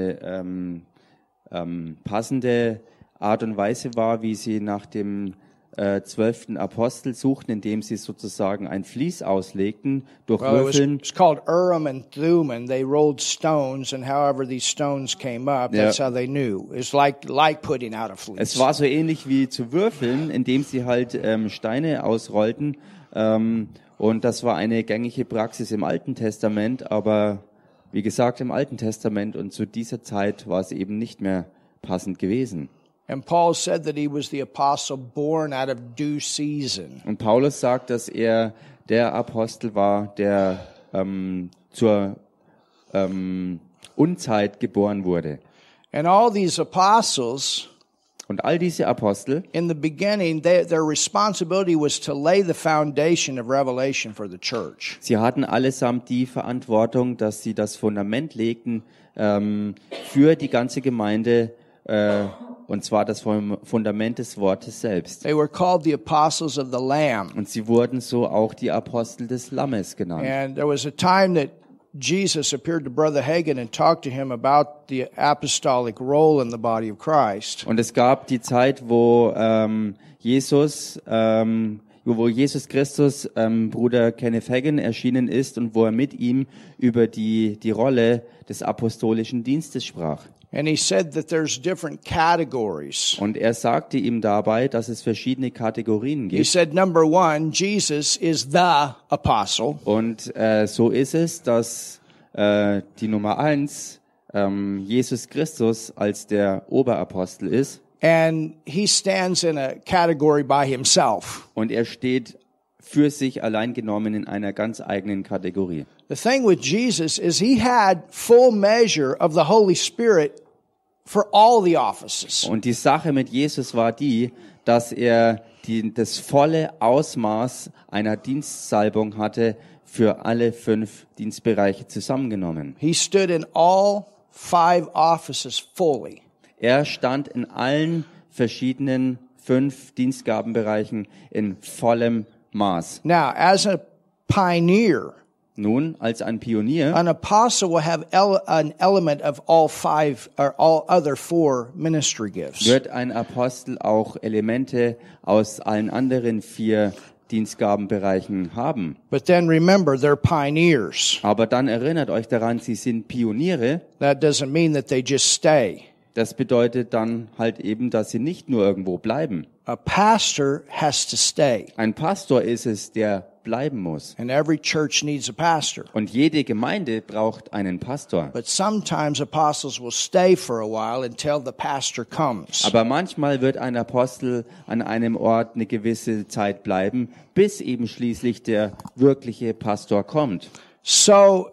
passende Art und Weise war, wie sie nach dem 12. Apostel suchten, indem sie sozusagen ein Vlies auslegten durch Würfeln. It's called Urim and Thummim. They rolled stones, and however these stones came up, that's how they knew. It's like putting out a fleece. Es war so ähnlich wie zu würfeln, indem sie halt Steine ausrollten. Und das war eine gängige Praxis im Alten Testament, aber wie gesagt im Alten Testament und zu dieser Zeit war es eben nicht mehr passend gewesen. And Paul said that he was the apostle born out of due season. Und Paulus sagt, dass er der Apostel war, der zur Unzeit geboren wurde. And all these apostles, und all diese Apostel, in the beginning, their responsibility was to lay the foundation of revelation for the church. Sie hatten allesamt die Verantwortung, dass sie das Fundament legten für die ganze Gemeinde, und zwar das Fundament des Wortes selbst. They were called the apostles of the Lamb. Und sie wurden so auch die Apostel des Lammes genannt. And there was a time that Jesus appeared to Brother Hagin and talked to him about the apostolic role in the body of Christ. Und es gab die Zeit, wo Jesus Christus Bruder Kenneth Hagin erschienen ist und wo er mit ihm über die Rolle des apostolischen Dienstes sprach. And he said that there's different categories. Und er sagte ihm dabei, dass es verschiedene Kategorien gibt. He said, number one, Jesus is the apostle. Und so ist es, dass die Nummer 1 Jesus Christus als der Oberapostel ist. And he stands in a category by himself. Und er steht für sich allein genommen in einer ganz eigenen Kategorie. The thing with Jesus is he had full measure of the Holy Spirit for all the offices. Und die Sache mit Jesus war die, dass er das volle Ausmaß einer Dienstsalbung hatte für alle 5 Dienstbereiche zusammengenommen. He stood in all 5 offices fully. Er stand in allen verschiedenen 5 Dienstgabenbereichen in vollem Maß. Now, as a pioneer, nun, als ein Pionier, an apostle will have an element of all 5 or all other 4 ministry gifts. Wird ein Apostel auch Elemente aus allen anderen 4 Dienstgabenbereichen haben. But then remember, they're pioneers. Aber dann erinnert euch daran, sie sind Pioniere. That doesn't mean that they just stay. Das bedeutet dann halt eben, dass sie nicht nur irgendwo bleiben. A pastor has to stay. Ein Pastor ist es, der bleiben muss. And every church needs a pastor. Und jede Gemeinde braucht einen Pastor. But sometimes apostles will stay for a while until the pastor comes. Aber manchmal wird ein Apostel an einem Ort eine gewisse Zeit bleiben, bis eben schließlich der wirkliche Pastor kommt. So,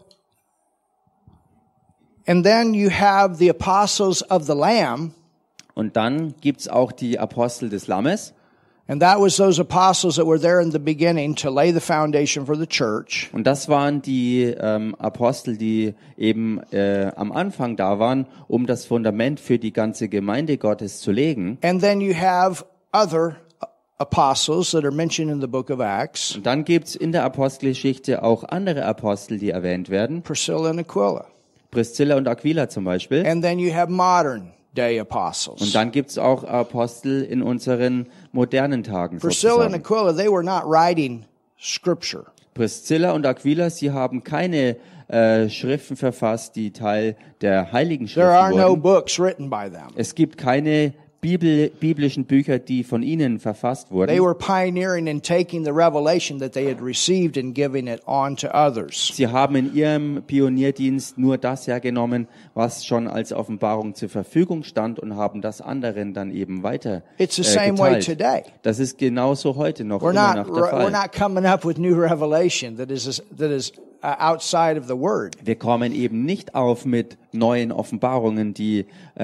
and then you have the apostles of the Lamb. Und dann gibt's auch die Apostel des Lammes. And that was those apostles that were there in the beginning to lay the foundation for the church. Und das waren die Apostel, die eben am Anfang da waren, um das Fundament für die ganze Gemeinde Gottes zu legen. And then you have other apostles that are mentioned in the book of Acts. Und dann gibt's in der Apostelgeschichte auch andere Apostel, die erwähnt werden. Priscilla and Aquila. Priscilla und Aquila zum Beispiel. And then you have modern day apostles. Und dann gibt's auch Apostel in unseren modernen Tagen Priscilla and sozusagen. Aquila, they were not writing scripture. Priscilla und Aquila, sie haben keine Schriften verfasst, die Teil der Heiligen There Schriften are no wurden. books written by them. Es gibt keine biblischen Bücher, die von ihnen verfasst They wurden. were pioneering in taking the revelation that they had received and giving it on to others. Sie haben in ihrem Pionierdienst nur das hergenommen, was schon als Offenbarung zur Verfügung stand und haben das anderen dann eben weiter It's the same way geteilt. today. Das ist genauso heute noch We're immer noch der we're Fall. not coming up with new revelation that is outside of the Word. Wir kommen eben nicht auf mit neuen Offenbarungen, die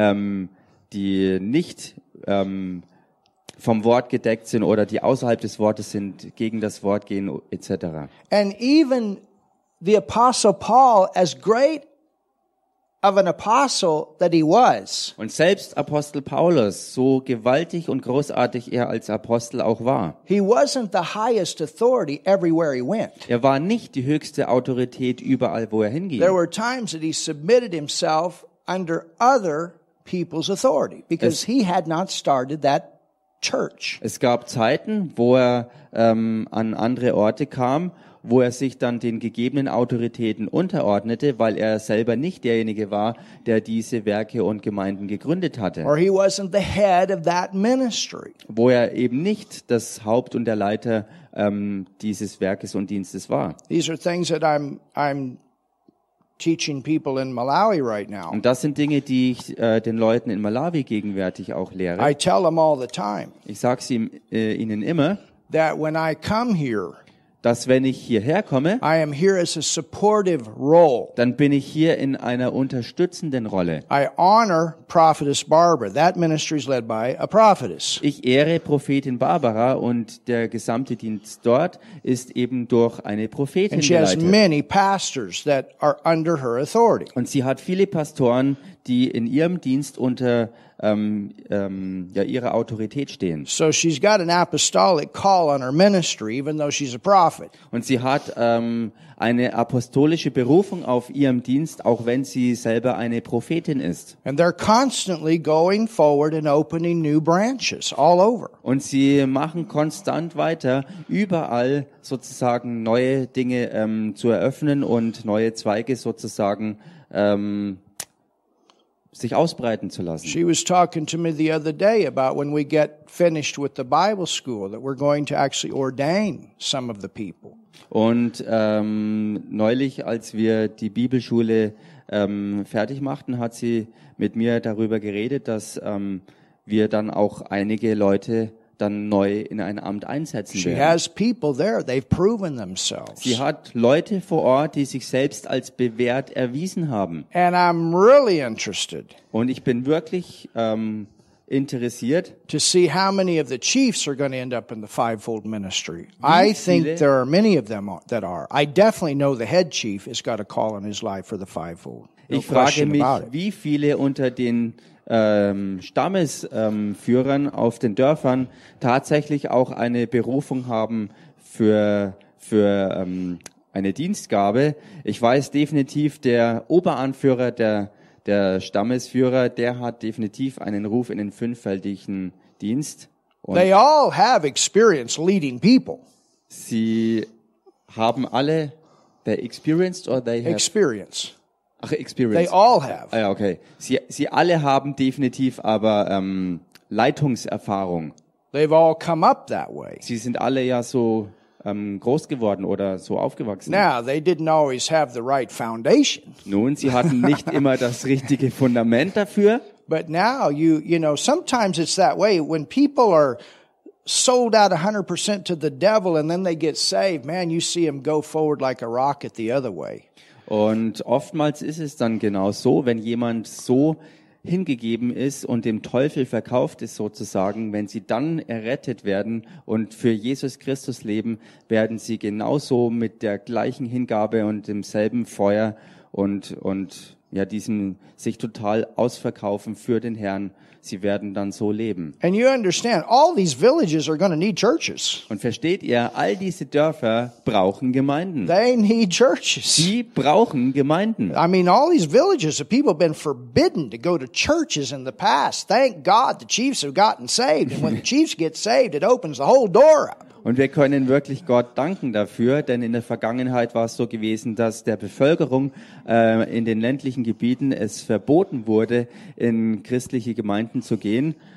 nicht vom Wort gedeckt sind oder die außerhalb des Wortes sind, gegen das Wort gehen etc. And even the Apostle Paul, as great of an apostle that he was, Und selbst Apostel Paulus, so gewaltig und großartig er als Apostel auch war, he wasn't the highest authority everywhere he went. er war nicht die höchste Autorität überall, wo er hinging. There were times that he submitted himself under other people's authority because he had not started that church. Es gab Zeiten, wo er an andere Orte kam, wo er sich dann den gegebenen Autoritäten unterordnete, weil er selber nicht derjenige war, der diese Werke und Gemeinden gegründet hatte. Or he wasn't the head of that ministry. Wo er eben nicht das Haupt und der Leiter dieses Werkes und Dienstes war. These are things that I'm teaching people in Malawi right now. Und das sind Dinge, die ich den Leuten in Malawi gegenwärtig auch lehre. I tell them all the time Ich sage ihnen immer, that when I come here, dass wenn ich hierher komme, I am here as a supportive role. dann bin ich hier in einer unterstützenden Rolle. I honor Prophetess Barbara. That ministry is led by a prophetess. Ich ehre Prophetin Barbara und der gesamte Dienst dort ist eben durch eine Prophetin And she has geleitet. many pastors that are under her authority. Und sie hat viele Pastoren, die in ihrem Dienst unter ihrer Autorität stehen. So she's got an apostolic call on her ministry, even though she's a prophet. Und sie hat eine apostolische Berufung auf ihrem Dienst, auch wenn sie selber eine Prophetin ist. And they're constantly going forward and opening new branches all over. Und sie machen konstant weiter, überall sozusagen neue Dinge zu eröffnen und neue Zweige sozusagen sich ausbreiten zu lassen. She was talking to me the other day about when we get finished with the Bible school, that we're going to actually ordain some of the people. Und neulich, als wir die Bibelschule fertig machten, hat sie mit mir darüber geredet, dass wir dann auch einige Leute dann neu in ein Amt einsetzen She werden. has people there. They've proven themselves. Sie hat Leute vor Ort, die sich selbst als bewährt erwiesen haben. And I'm really interested Und ich bin wirklich interessiert, to see how many of the chiefs are going to end up in the fivefold ministry. I think viele- there are many of them that are. I definitely know the head chief has got a call in his life for the fivefold. No ich frage question mich, about it. wie viele unter den Stammesführern auf den Dörfern tatsächlich auch eine Berufung haben für eine Dienstgabe. Ich weiß definitiv, der Oberanführer, der Stammesführer, der hat definitiv einen Ruf in den fünffältigen Dienst. Und They all have experience leading people. sie haben alle, they experienced or they have, Experience. ach, They experience. all have. Ah ja, okay. Sie alle haben definitiv aber Leitungserfahrung. They've all come up that way. Sie sind alle ja so groß geworden oder so aufgewachsen. Now, they didn't always have the right foundation. Nun, sie hatten nicht immer das richtige Fundament dafür. But now you know, sometimes it's that way when people are sold out 100% to the devil and then they get saved, man, you see them go forward like a rocket the other way. Und oftmals ist es dann genau so, wenn jemand so hingegeben ist und dem Teufel verkauft ist sozusagen, wenn sie dann errettet werden und für Jesus Christus leben, werden sie genauso mit der gleichen Hingabe und demselben Feuer und ja, diesem sich total ausverkaufen für den Herrn. Sie werden dann so leben. And you understand, all these villages are going to need churches. Und versteht ihr, all diese Dörfer brauchen Gemeinden. They need churches. Sie brauchen Gemeinden. I mean, all these villages, the people have been forbidden to go to churches in the past. Thank God the chiefs have gotten saved. And when the chiefs get saved, it opens the whole door up. Und wir können wirklich Gott danken dafür, denn in der Vergangenheit war es so gewesen, dass der Bevölkerung in den ländlichen Gebieten es verboten wurde, in christliche Gemeinden zu gehen.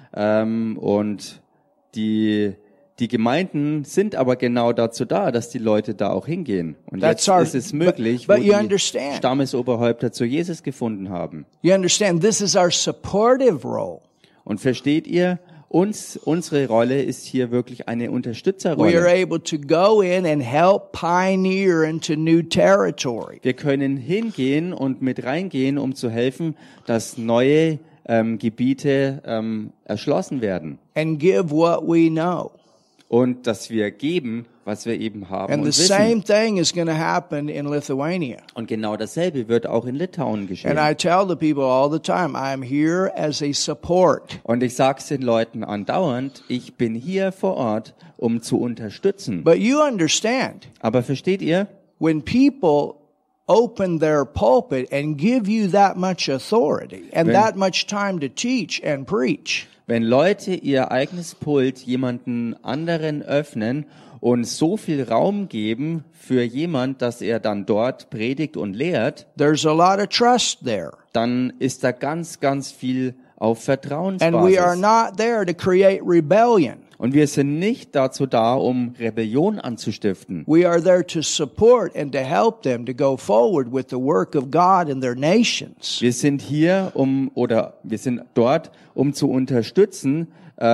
Und die Gemeinden sind aber genau dazu da, dass die Leute da auch hingehen. Und That's jetzt ist es möglich, but wo you die understand. Stammesoberhäupter zu Jesus gefunden haben. You understand, this is our supportive role. Und versteht ihr, unsere Rolle ist hier wirklich eine We are Unterstützerrolle. able to go in and help pioneer into new territory. Wir können hingehen und mit reingehen, um zu helfen, dass neue Gebiete erschlossen werden. And give what we know. Und dass wir geben, was wir eben haben And und the wissen. same thing is going to happen in Lithuania. Und genau dasselbe wird auch in Litauen geschehen. And I tell the people all the time, I'm here as a support. Und ich sage es den Leuten andauernd, ich bin hier vor Ort, um zu unterstützen. But you understand, Aber versteht ihr, when people open their pulpit and give you that much authority and that much time to teach and preach, wenn Leute ihr eigenes Pult jemanden anderen öffnen und so viel Raum geben für jemand, dass er dann dort predigt und lehrt, there's a lot of trust there. dann ist da ganz, ganz viel auf And we are Vertrauensbasis. not there to create rebellion. Und wir sind nicht dazu da, um Rebellion anzustiften. We are there to support and to help them to go forward with the work of God in their nations. Wir sind hier, wir sind dort, um zu unterstützen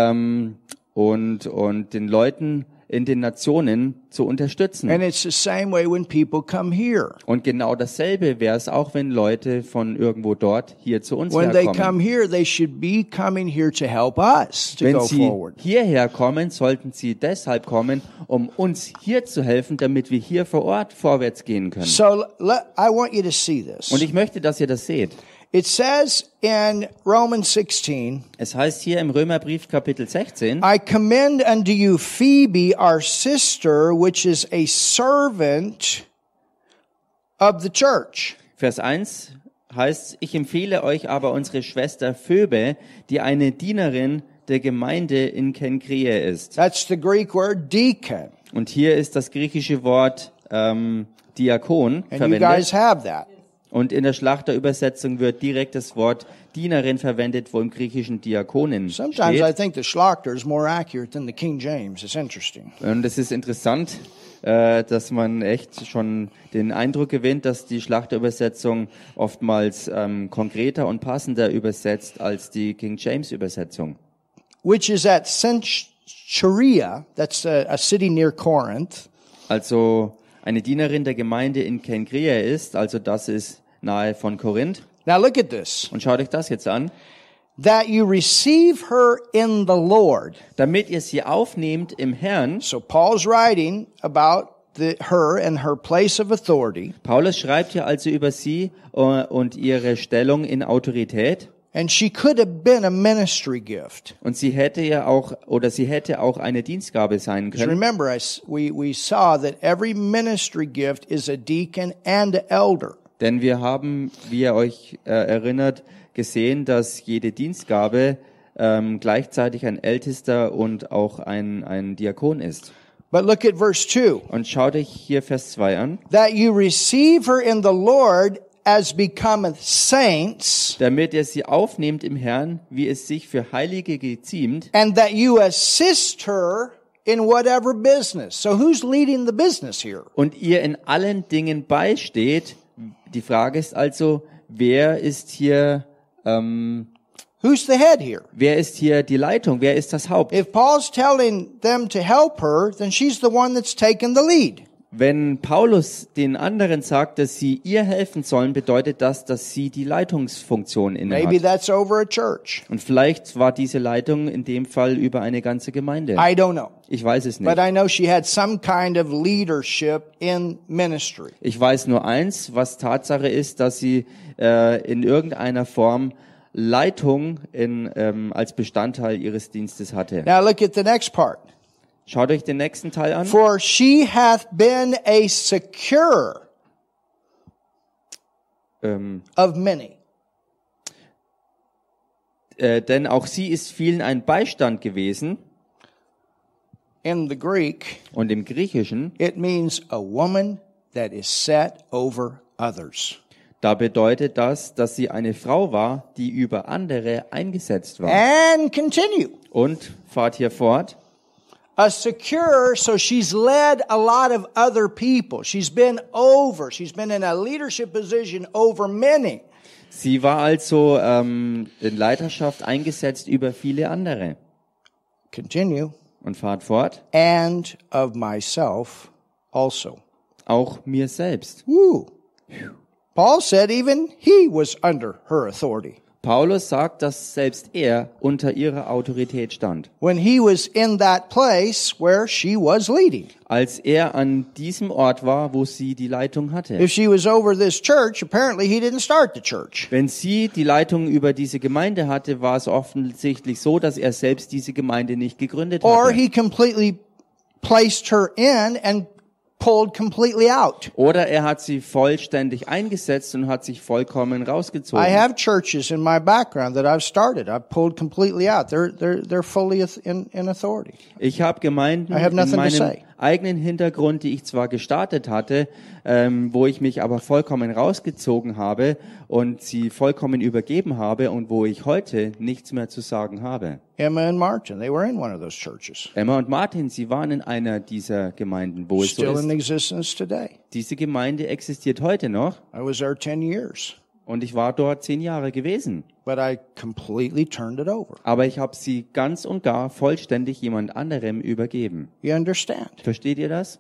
und den Leuten in den Nationen zu unterstützen. And it's the same way when people come here. Und genau dasselbe wäre es auch, wenn Leute von irgendwo dort hier zu uns When they come herkommen. here, they should be coming here to help us to Wenn go sie forward. hierher kommen, sollten sie deshalb kommen, um uns hier zu helfen, damit wir hier vor Ort vorwärts gehen können. So I want you to see this. Und ich möchte, dass ihr das seht. It says in Romans 16, Es heißt hier im Römerbrief Kapitel 16, I commend unto you Phoebe, our sister, which is a servant of the church. Vers 1 heißt, ich empfehle euch aber unsere Schwester Phoebe, die eine Dienerin der Gemeinde in Kenkrea ist. That's the Greek word deacon. Und hier ist das griechische Wort Diakon And you guys verwendet. have that. Und in der Schlachterübersetzung wird direkt das Wort Dienerin verwendet, wo im Griechischen Diakonin Sometimes I steht. think the Schlachter is more accurate than the King James. It's interesting. Und es ist interessant, dass man echt schon den Eindruck gewinnt, dass die Schlachterübersetzung oftmals konkreter und passender übersetzt als die King James Übersetzung. Which is at Cenchrea, that's a city near Corinth. Also eine Dienerin der Gemeinde in Kenkrea ist, also das ist nahe von Korinth. Now look at this. Und schaut euch das jetzt an. That you receive her in the Lord. Damit ihr sie aufnehmt im Herrn. So Paul's writing about her and her place of authority. Paulus schreibt hier also über sie und ihre Stellung in Autorität. And she could have been a ministry gift. Und sie hätte auch eine Dienstgabe sein können. Remember, we saw that every ministry gift is a deacon and an elder. Denn wir haben, wie ihr euch erinnert, gesehen, dass jede Dienstgabe gleichzeitig ein Ältester und auch ein Diakon ist. But look at verse 2. Und schaut euch hier Vers 2 an. That you receive her in the Lord as becometh saints, Damit ihr sie aufnehmt im Herrn, wie es sich für Heilige geziemt, and that you assist her in whatever business. So who's leading the business here? und ihr in allen Dingen beisteht. Die Frage ist also, wer ist hier Who's the head here? die Leitung? Wer ist das Haupt? If Paul's telling them to help her, then she's the one that's taken the lead. Wenn Paulus den anderen sagt, dass sie ihr helfen sollen, bedeutet das, dass sie die Leitungsfunktion Maybe innehat. that's over a church. Und vielleicht war diese Leitung in dem Fall über eine ganze Gemeinde. I don't know. Ich weiß es But nicht. I know she had some kind of leadership in ministry. Ich weiß nur eins, was Tatsache ist, dass sie in irgendeiner Form Leitung als Bestandteil ihres Dienstes hatte. Now look at the next part. Schaut euch den nächsten Teil an. For she hath been a securer of many. Denn auch sie ist vielen ein Beistand gewesen. In the Greek, Und im Griechischen, it means a woman that is set over others. da bedeutet das, dass sie eine Frau war, die über andere eingesetzt war. And continue. Und fahrt hier fort. A secure, so she's led a lot of other people. She's been in a leadership position over many. Sie war also in Leiterschaft eingesetzt über viele andere. Continue. Und fahrt fort. And of myself also. Auch mir selbst. Woo. Paul said even he was under her authority. Paulus sagt, dass selbst er unter ihrer Autorität stand. When he was in that place where she was leading. Als er an diesem Ort war, wo sie die Leitung hatte. If she was over this church, apparently he didn't start the church. Wenn sie die Leitung über diese Gemeinde hatte, war es offensichtlich so, dass er selbst diese Gemeinde nicht gegründet Or hatte. he completely placed her in and pulled completely out. Oder er hat sie vollständig eingesetzt und hat sich vollkommen rausgezogen. I have churches in my background that I've started. I've pulled completely out. They're fully in authority. Ich habe Gemeinden I have in nothing to meinem say. eigenen Hintergrund, die ich zwar gestartet hatte, wo ich mich aber vollkommen rausgezogen habe und sie vollkommen übergeben habe und wo ich heute nichts mehr zu sagen habe. Emma and Martin, they were in one of those churches. Emma und Martin, sie waren in einer dieser Gemeinden, wo es so Still in ist. existence today. Diese Gemeinde existiert heute noch I was there 10 years, und ich war dort 10 Jahre gewesen. but I completely turned it over. Aber ich habe sie ganz und gar vollständig jemand anderem übergeben. You understand? Versteht ihr das?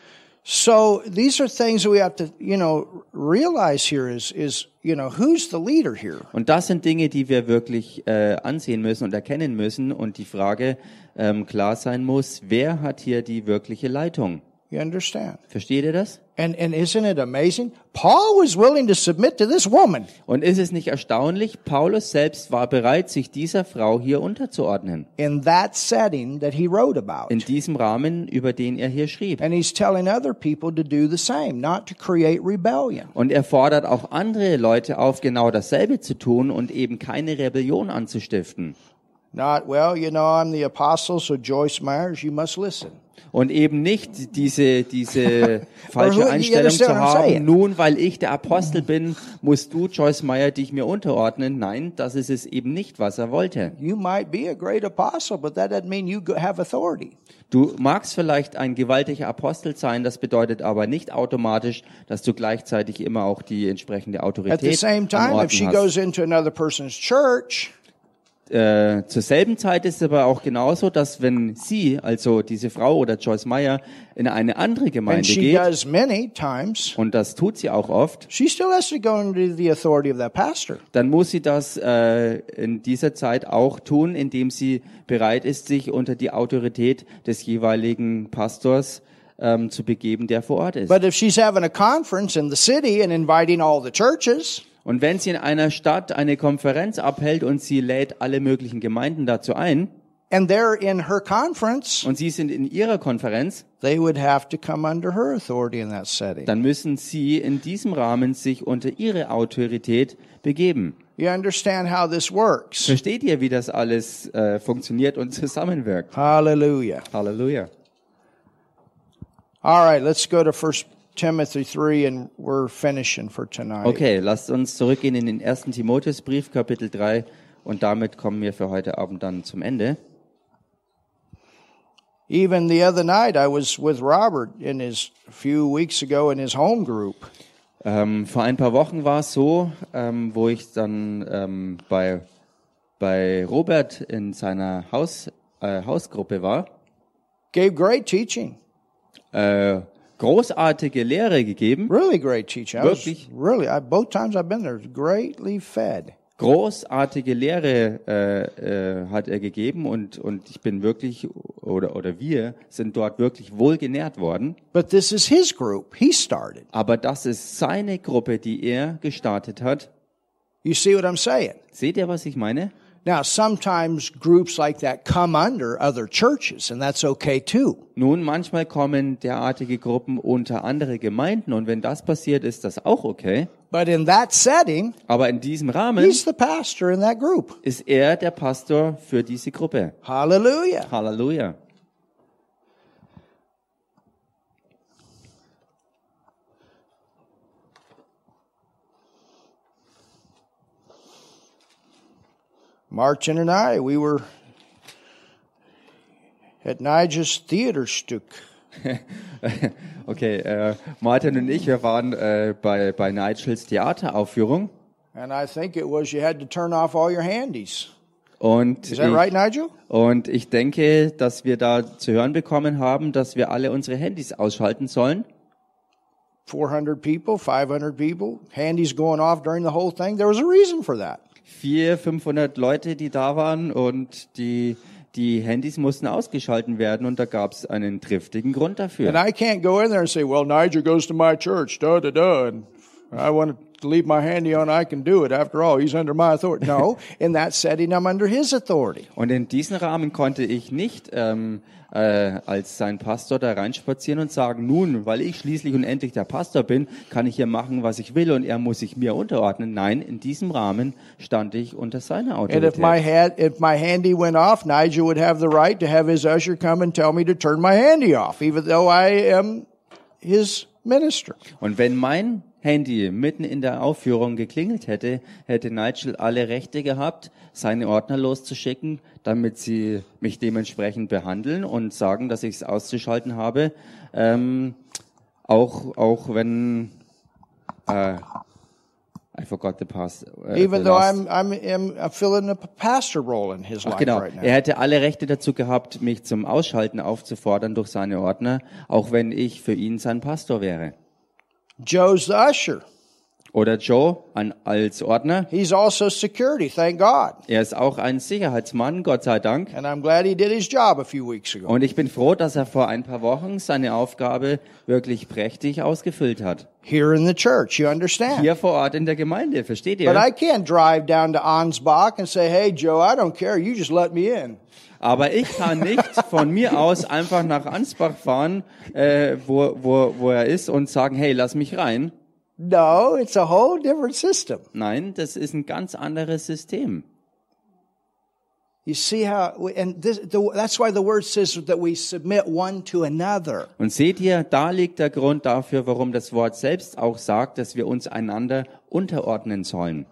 So these are things that we have to, realize here is, who's the leader here? Und das sind Dinge, die wir wirklich ansehen müssen und erkennen müssen. Und die Frage klar sein muss, wer hat hier die wirkliche Leitung? You understand? Versteht ihr das? And isn't it amazing? Paul was willing to submit to this woman. Und ist es nicht erstaunlich? Paulus selbst war bereit, sich dieser Frau hier unterzuordnen. In that setting that he wrote about. In diesem Rahmen, über den er hier schrieb. And he's telling other people to do the same, not to create rebellion. Und er fordert auch andere Leute auf, genau dasselbe zu tun und eben keine Rebellion anzustiften. Not, well, I'm the apostle, so Joyce Myers, you must listen. Und eben nicht diese falsche you Einstellung understand zu what I'm saying? haben, nun, weil ich der Apostel bin, musst du, Joyce Meyer, dich mir unterordnen. Nein, das ist es eben nicht, was er wollte. You might be a great apostle, but that doesn't mean you have authority. Du magst vielleicht ein gewaltiger Apostel sein, das bedeutet aber nicht automatisch, dass du gleichzeitig immer auch die entsprechende At the Autorität same an time, if Orten she hast. goes into another person's church, Zur selben Zeit ist es aber auch genauso, dass wenn sie, also diese Frau oder Joyce Meyer, in eine andere and Gemeinde she geht, does many times, und das tut sie auch oft, she still has to go into the authority of that pastor. dann muss sie das in dieser Zeit auch tun, indem sie bereit ist, sich unter die Autorität des jeweiligen Pastors zu begeben, der vor Ort ist. But if she's having a conference in the city and inviting all the churches, Und wenn sie in einer Stadt eine Konferenz abhält und sie lädt alle möglichen Gemeinden dazu ein and they're in her conference, und sie sind in ihrer Konferenz, they would have to come under her authority in that setting. dann müssen sie in diesem Rahmen sich unter ihre Autorität begeben. You understand how this works? Versteht ihr, wie das alles funktioniert und zusammenwirkt? Hallelujah. Halleluja. All right, let's go to 1 Timothy 3 and we're finishing for tonight. Okay, lasst uns zurückgehen in den 1. Timotheusbrief, Kapitel 3, und damit kommen wir für heute Abend dann zum Ende. Even the other night, I was with Robert a few weeks ago in his home group. Vor ein paar Wochen war es so, wo ich dann bei Robert in seiner Hausgruppe war. Gave great teaching. Großartige Lehre gegeben. Really great teaching. Wirklich? Both times I've been there, greatly fed. Großartige Lehre hat er gegeben und ich bin wirklich oder wir sind dort wirklich wohl genährt worden. But this is his group. He started. Aber das ist seine Gruppe, die er gestartet hat. You see what I'm saying? Seht ihr, was ich meine? Now, sometimes groups like that come under other churches, and that's okay too. Nun, manchmal kommen derartige Gruppen unter andere Gemeinden und wenn das passiert, ist das auch okay. But in that setting, Aber in diesem Rahmen he's the pastor in that group. ist er der Pastor für diese Gruppe. Hallelujah. Halleluja. Martin and I, we were at Nigel's Theaterstück. Okay, Martin und ich, wir waren bei Nigels Theateraufführung. And I think it was you had to turn off all your handies. Und Is that right, Nigel? Und ich denke, dass wir da zu hören bekommen haben, dass wir alle unsere Handys ausschalten sollen. 400 people, 500 people, handies going off during the whole thing. There was a reason for that. 400, 500 Leute, die da waren und die Handys mussten ausgeschalten werden und da gab es einen triftigen Grund dafür. And I can't go in there and say, well, Nigel goes to my church, and I want to leave my handy on, I can do it. After all, he's under my authority. No, in that setting, I'm under his authority. Und in diesem Rahmen konnte ich nicht als sein Pastor da reinspazieren und sagen, nun, weil ich schließlich und endlich der Pastor bin, kann ich hier machen, was ich will und er muss sich mir unterordnen. Nein, in diesem Rahmen stand ich unter seiner And if Autorität. my handy went off, Nigel would have the right to have his usher come and tell me to turn my handy off, even though I am his minister. Und wenn mein Handy mitten in der Aufführung geklingelt hätte, hätte Nigel alle Rechte gehabt, seine Ordner loszuschicken, damit sie mich dementsprechend behandeln und sagen, dass ich es auszuschalten habe. Auch wenn I forgot the past. Even though I'm filling a pastor role in his life Genau, right now. er hätte alle Rechte dazu gehabt, mich zum Ausschalten aufzufordern durch seine Ordner, auch wenn ich für ihn sein Pastor wäre. Joe's the usher. Oder Joe als Ordner. He's also security, thank God. Er ist auch ein Sicherheitsmann, Gott sei Dank. And I'm glad he did his job a few weeks ago. Und ich bin froh, dass er vor ein paar Wochen seine Aufgabe wirklich prächtig ausgefüllt hat. Here in the church, you understand? Hier vor Ort in der Gemeinde, versteht But ihr? I can't drive down to Ansbach and say, hey, Joe, I don't care. You just let me in. Aber ich kann nicht von mir aus einfach nach Ansbach fahren, wo er ist und sagen, hey, lass mich rein. No, it's a whole different system. Nein, das ist ein ganz anderes System. You see how, and that's why the word says that we submit one to another. Und seht ihr, da liegt der Grund dafür, warum das Wort selbst auch sagt, dass wir uns einander unterordnen sollen.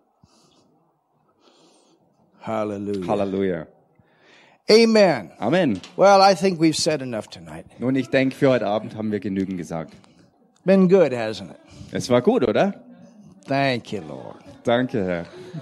Hallelujah. Halleluja. Amen. Amen. Well, I think we've said enough tonight. Nun, ich denke, für heute Abend haben wir genügend gesagt. Been good, hasn't it? Es war gut, oder? Thank you, Lord. Danke, Herr.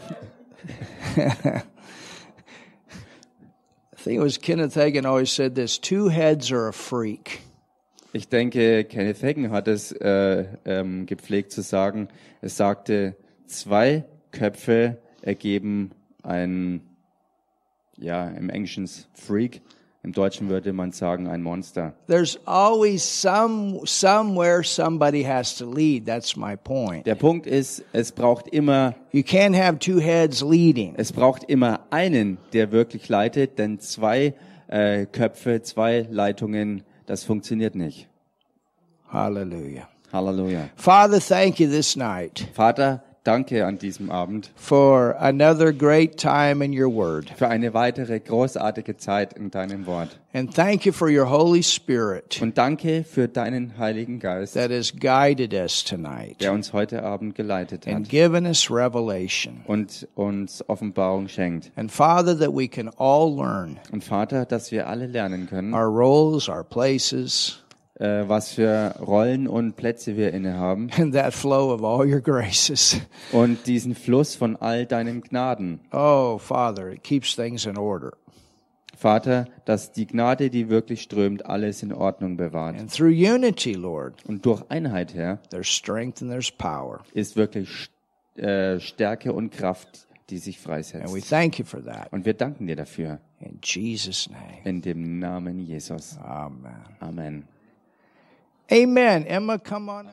I think it was Kenneth Hagin always said this, 2 heads are a freak. Ich denke, Kenneth Hagin hat es gepflegt zu sagen. Es sagte, 2 Köpfe ergeben ein, ja, im Englischen Freak. Im Deutschen würde man sagen, ein Monster. There's always somewhere somebody has to lead. That's my point. Der Punkt ist, es braucht immer You can't have 2 heads leading. Es braucht immer einen, der wirklich leitet, denn 2 Köpfe, 2 Leitungen, das funktioniert nicht. Hallelujah. Halleluja. Father, thank you this night Vater, danke an diesem Abend for another great time in your word. für eine weitere großartige Zeit in deinem Wort. And thank you for your Holy Spirit Und danke für deinen Heiligen Geist, that has guided us tonight der uns heute Abend geleitet and hat given us revelation. und uns Offenbarung schenkt. And Father, that we can all learn Und Vater, dass wir alle lernen können, our roles, our places, was für Rollen und Plätze wir innehaben and that flow of all your graces. und diesen Fluss von all deinen Gnaden. Oh, Father, it keeps things in order. Vater, dass die Gnade, die wirklich strömt, alles in Ordnung bewahrt. And through unity, Lord, Und durch Einheit, Herr, there's strength and there's power. ist wirklich Stärke und Kraft, die sich And we freisetzt. thank you for that. Und wir danken dir dafür. In Jesus' name. In dem Namen Jesus. Amen. Amen. Amen. Emma, come on.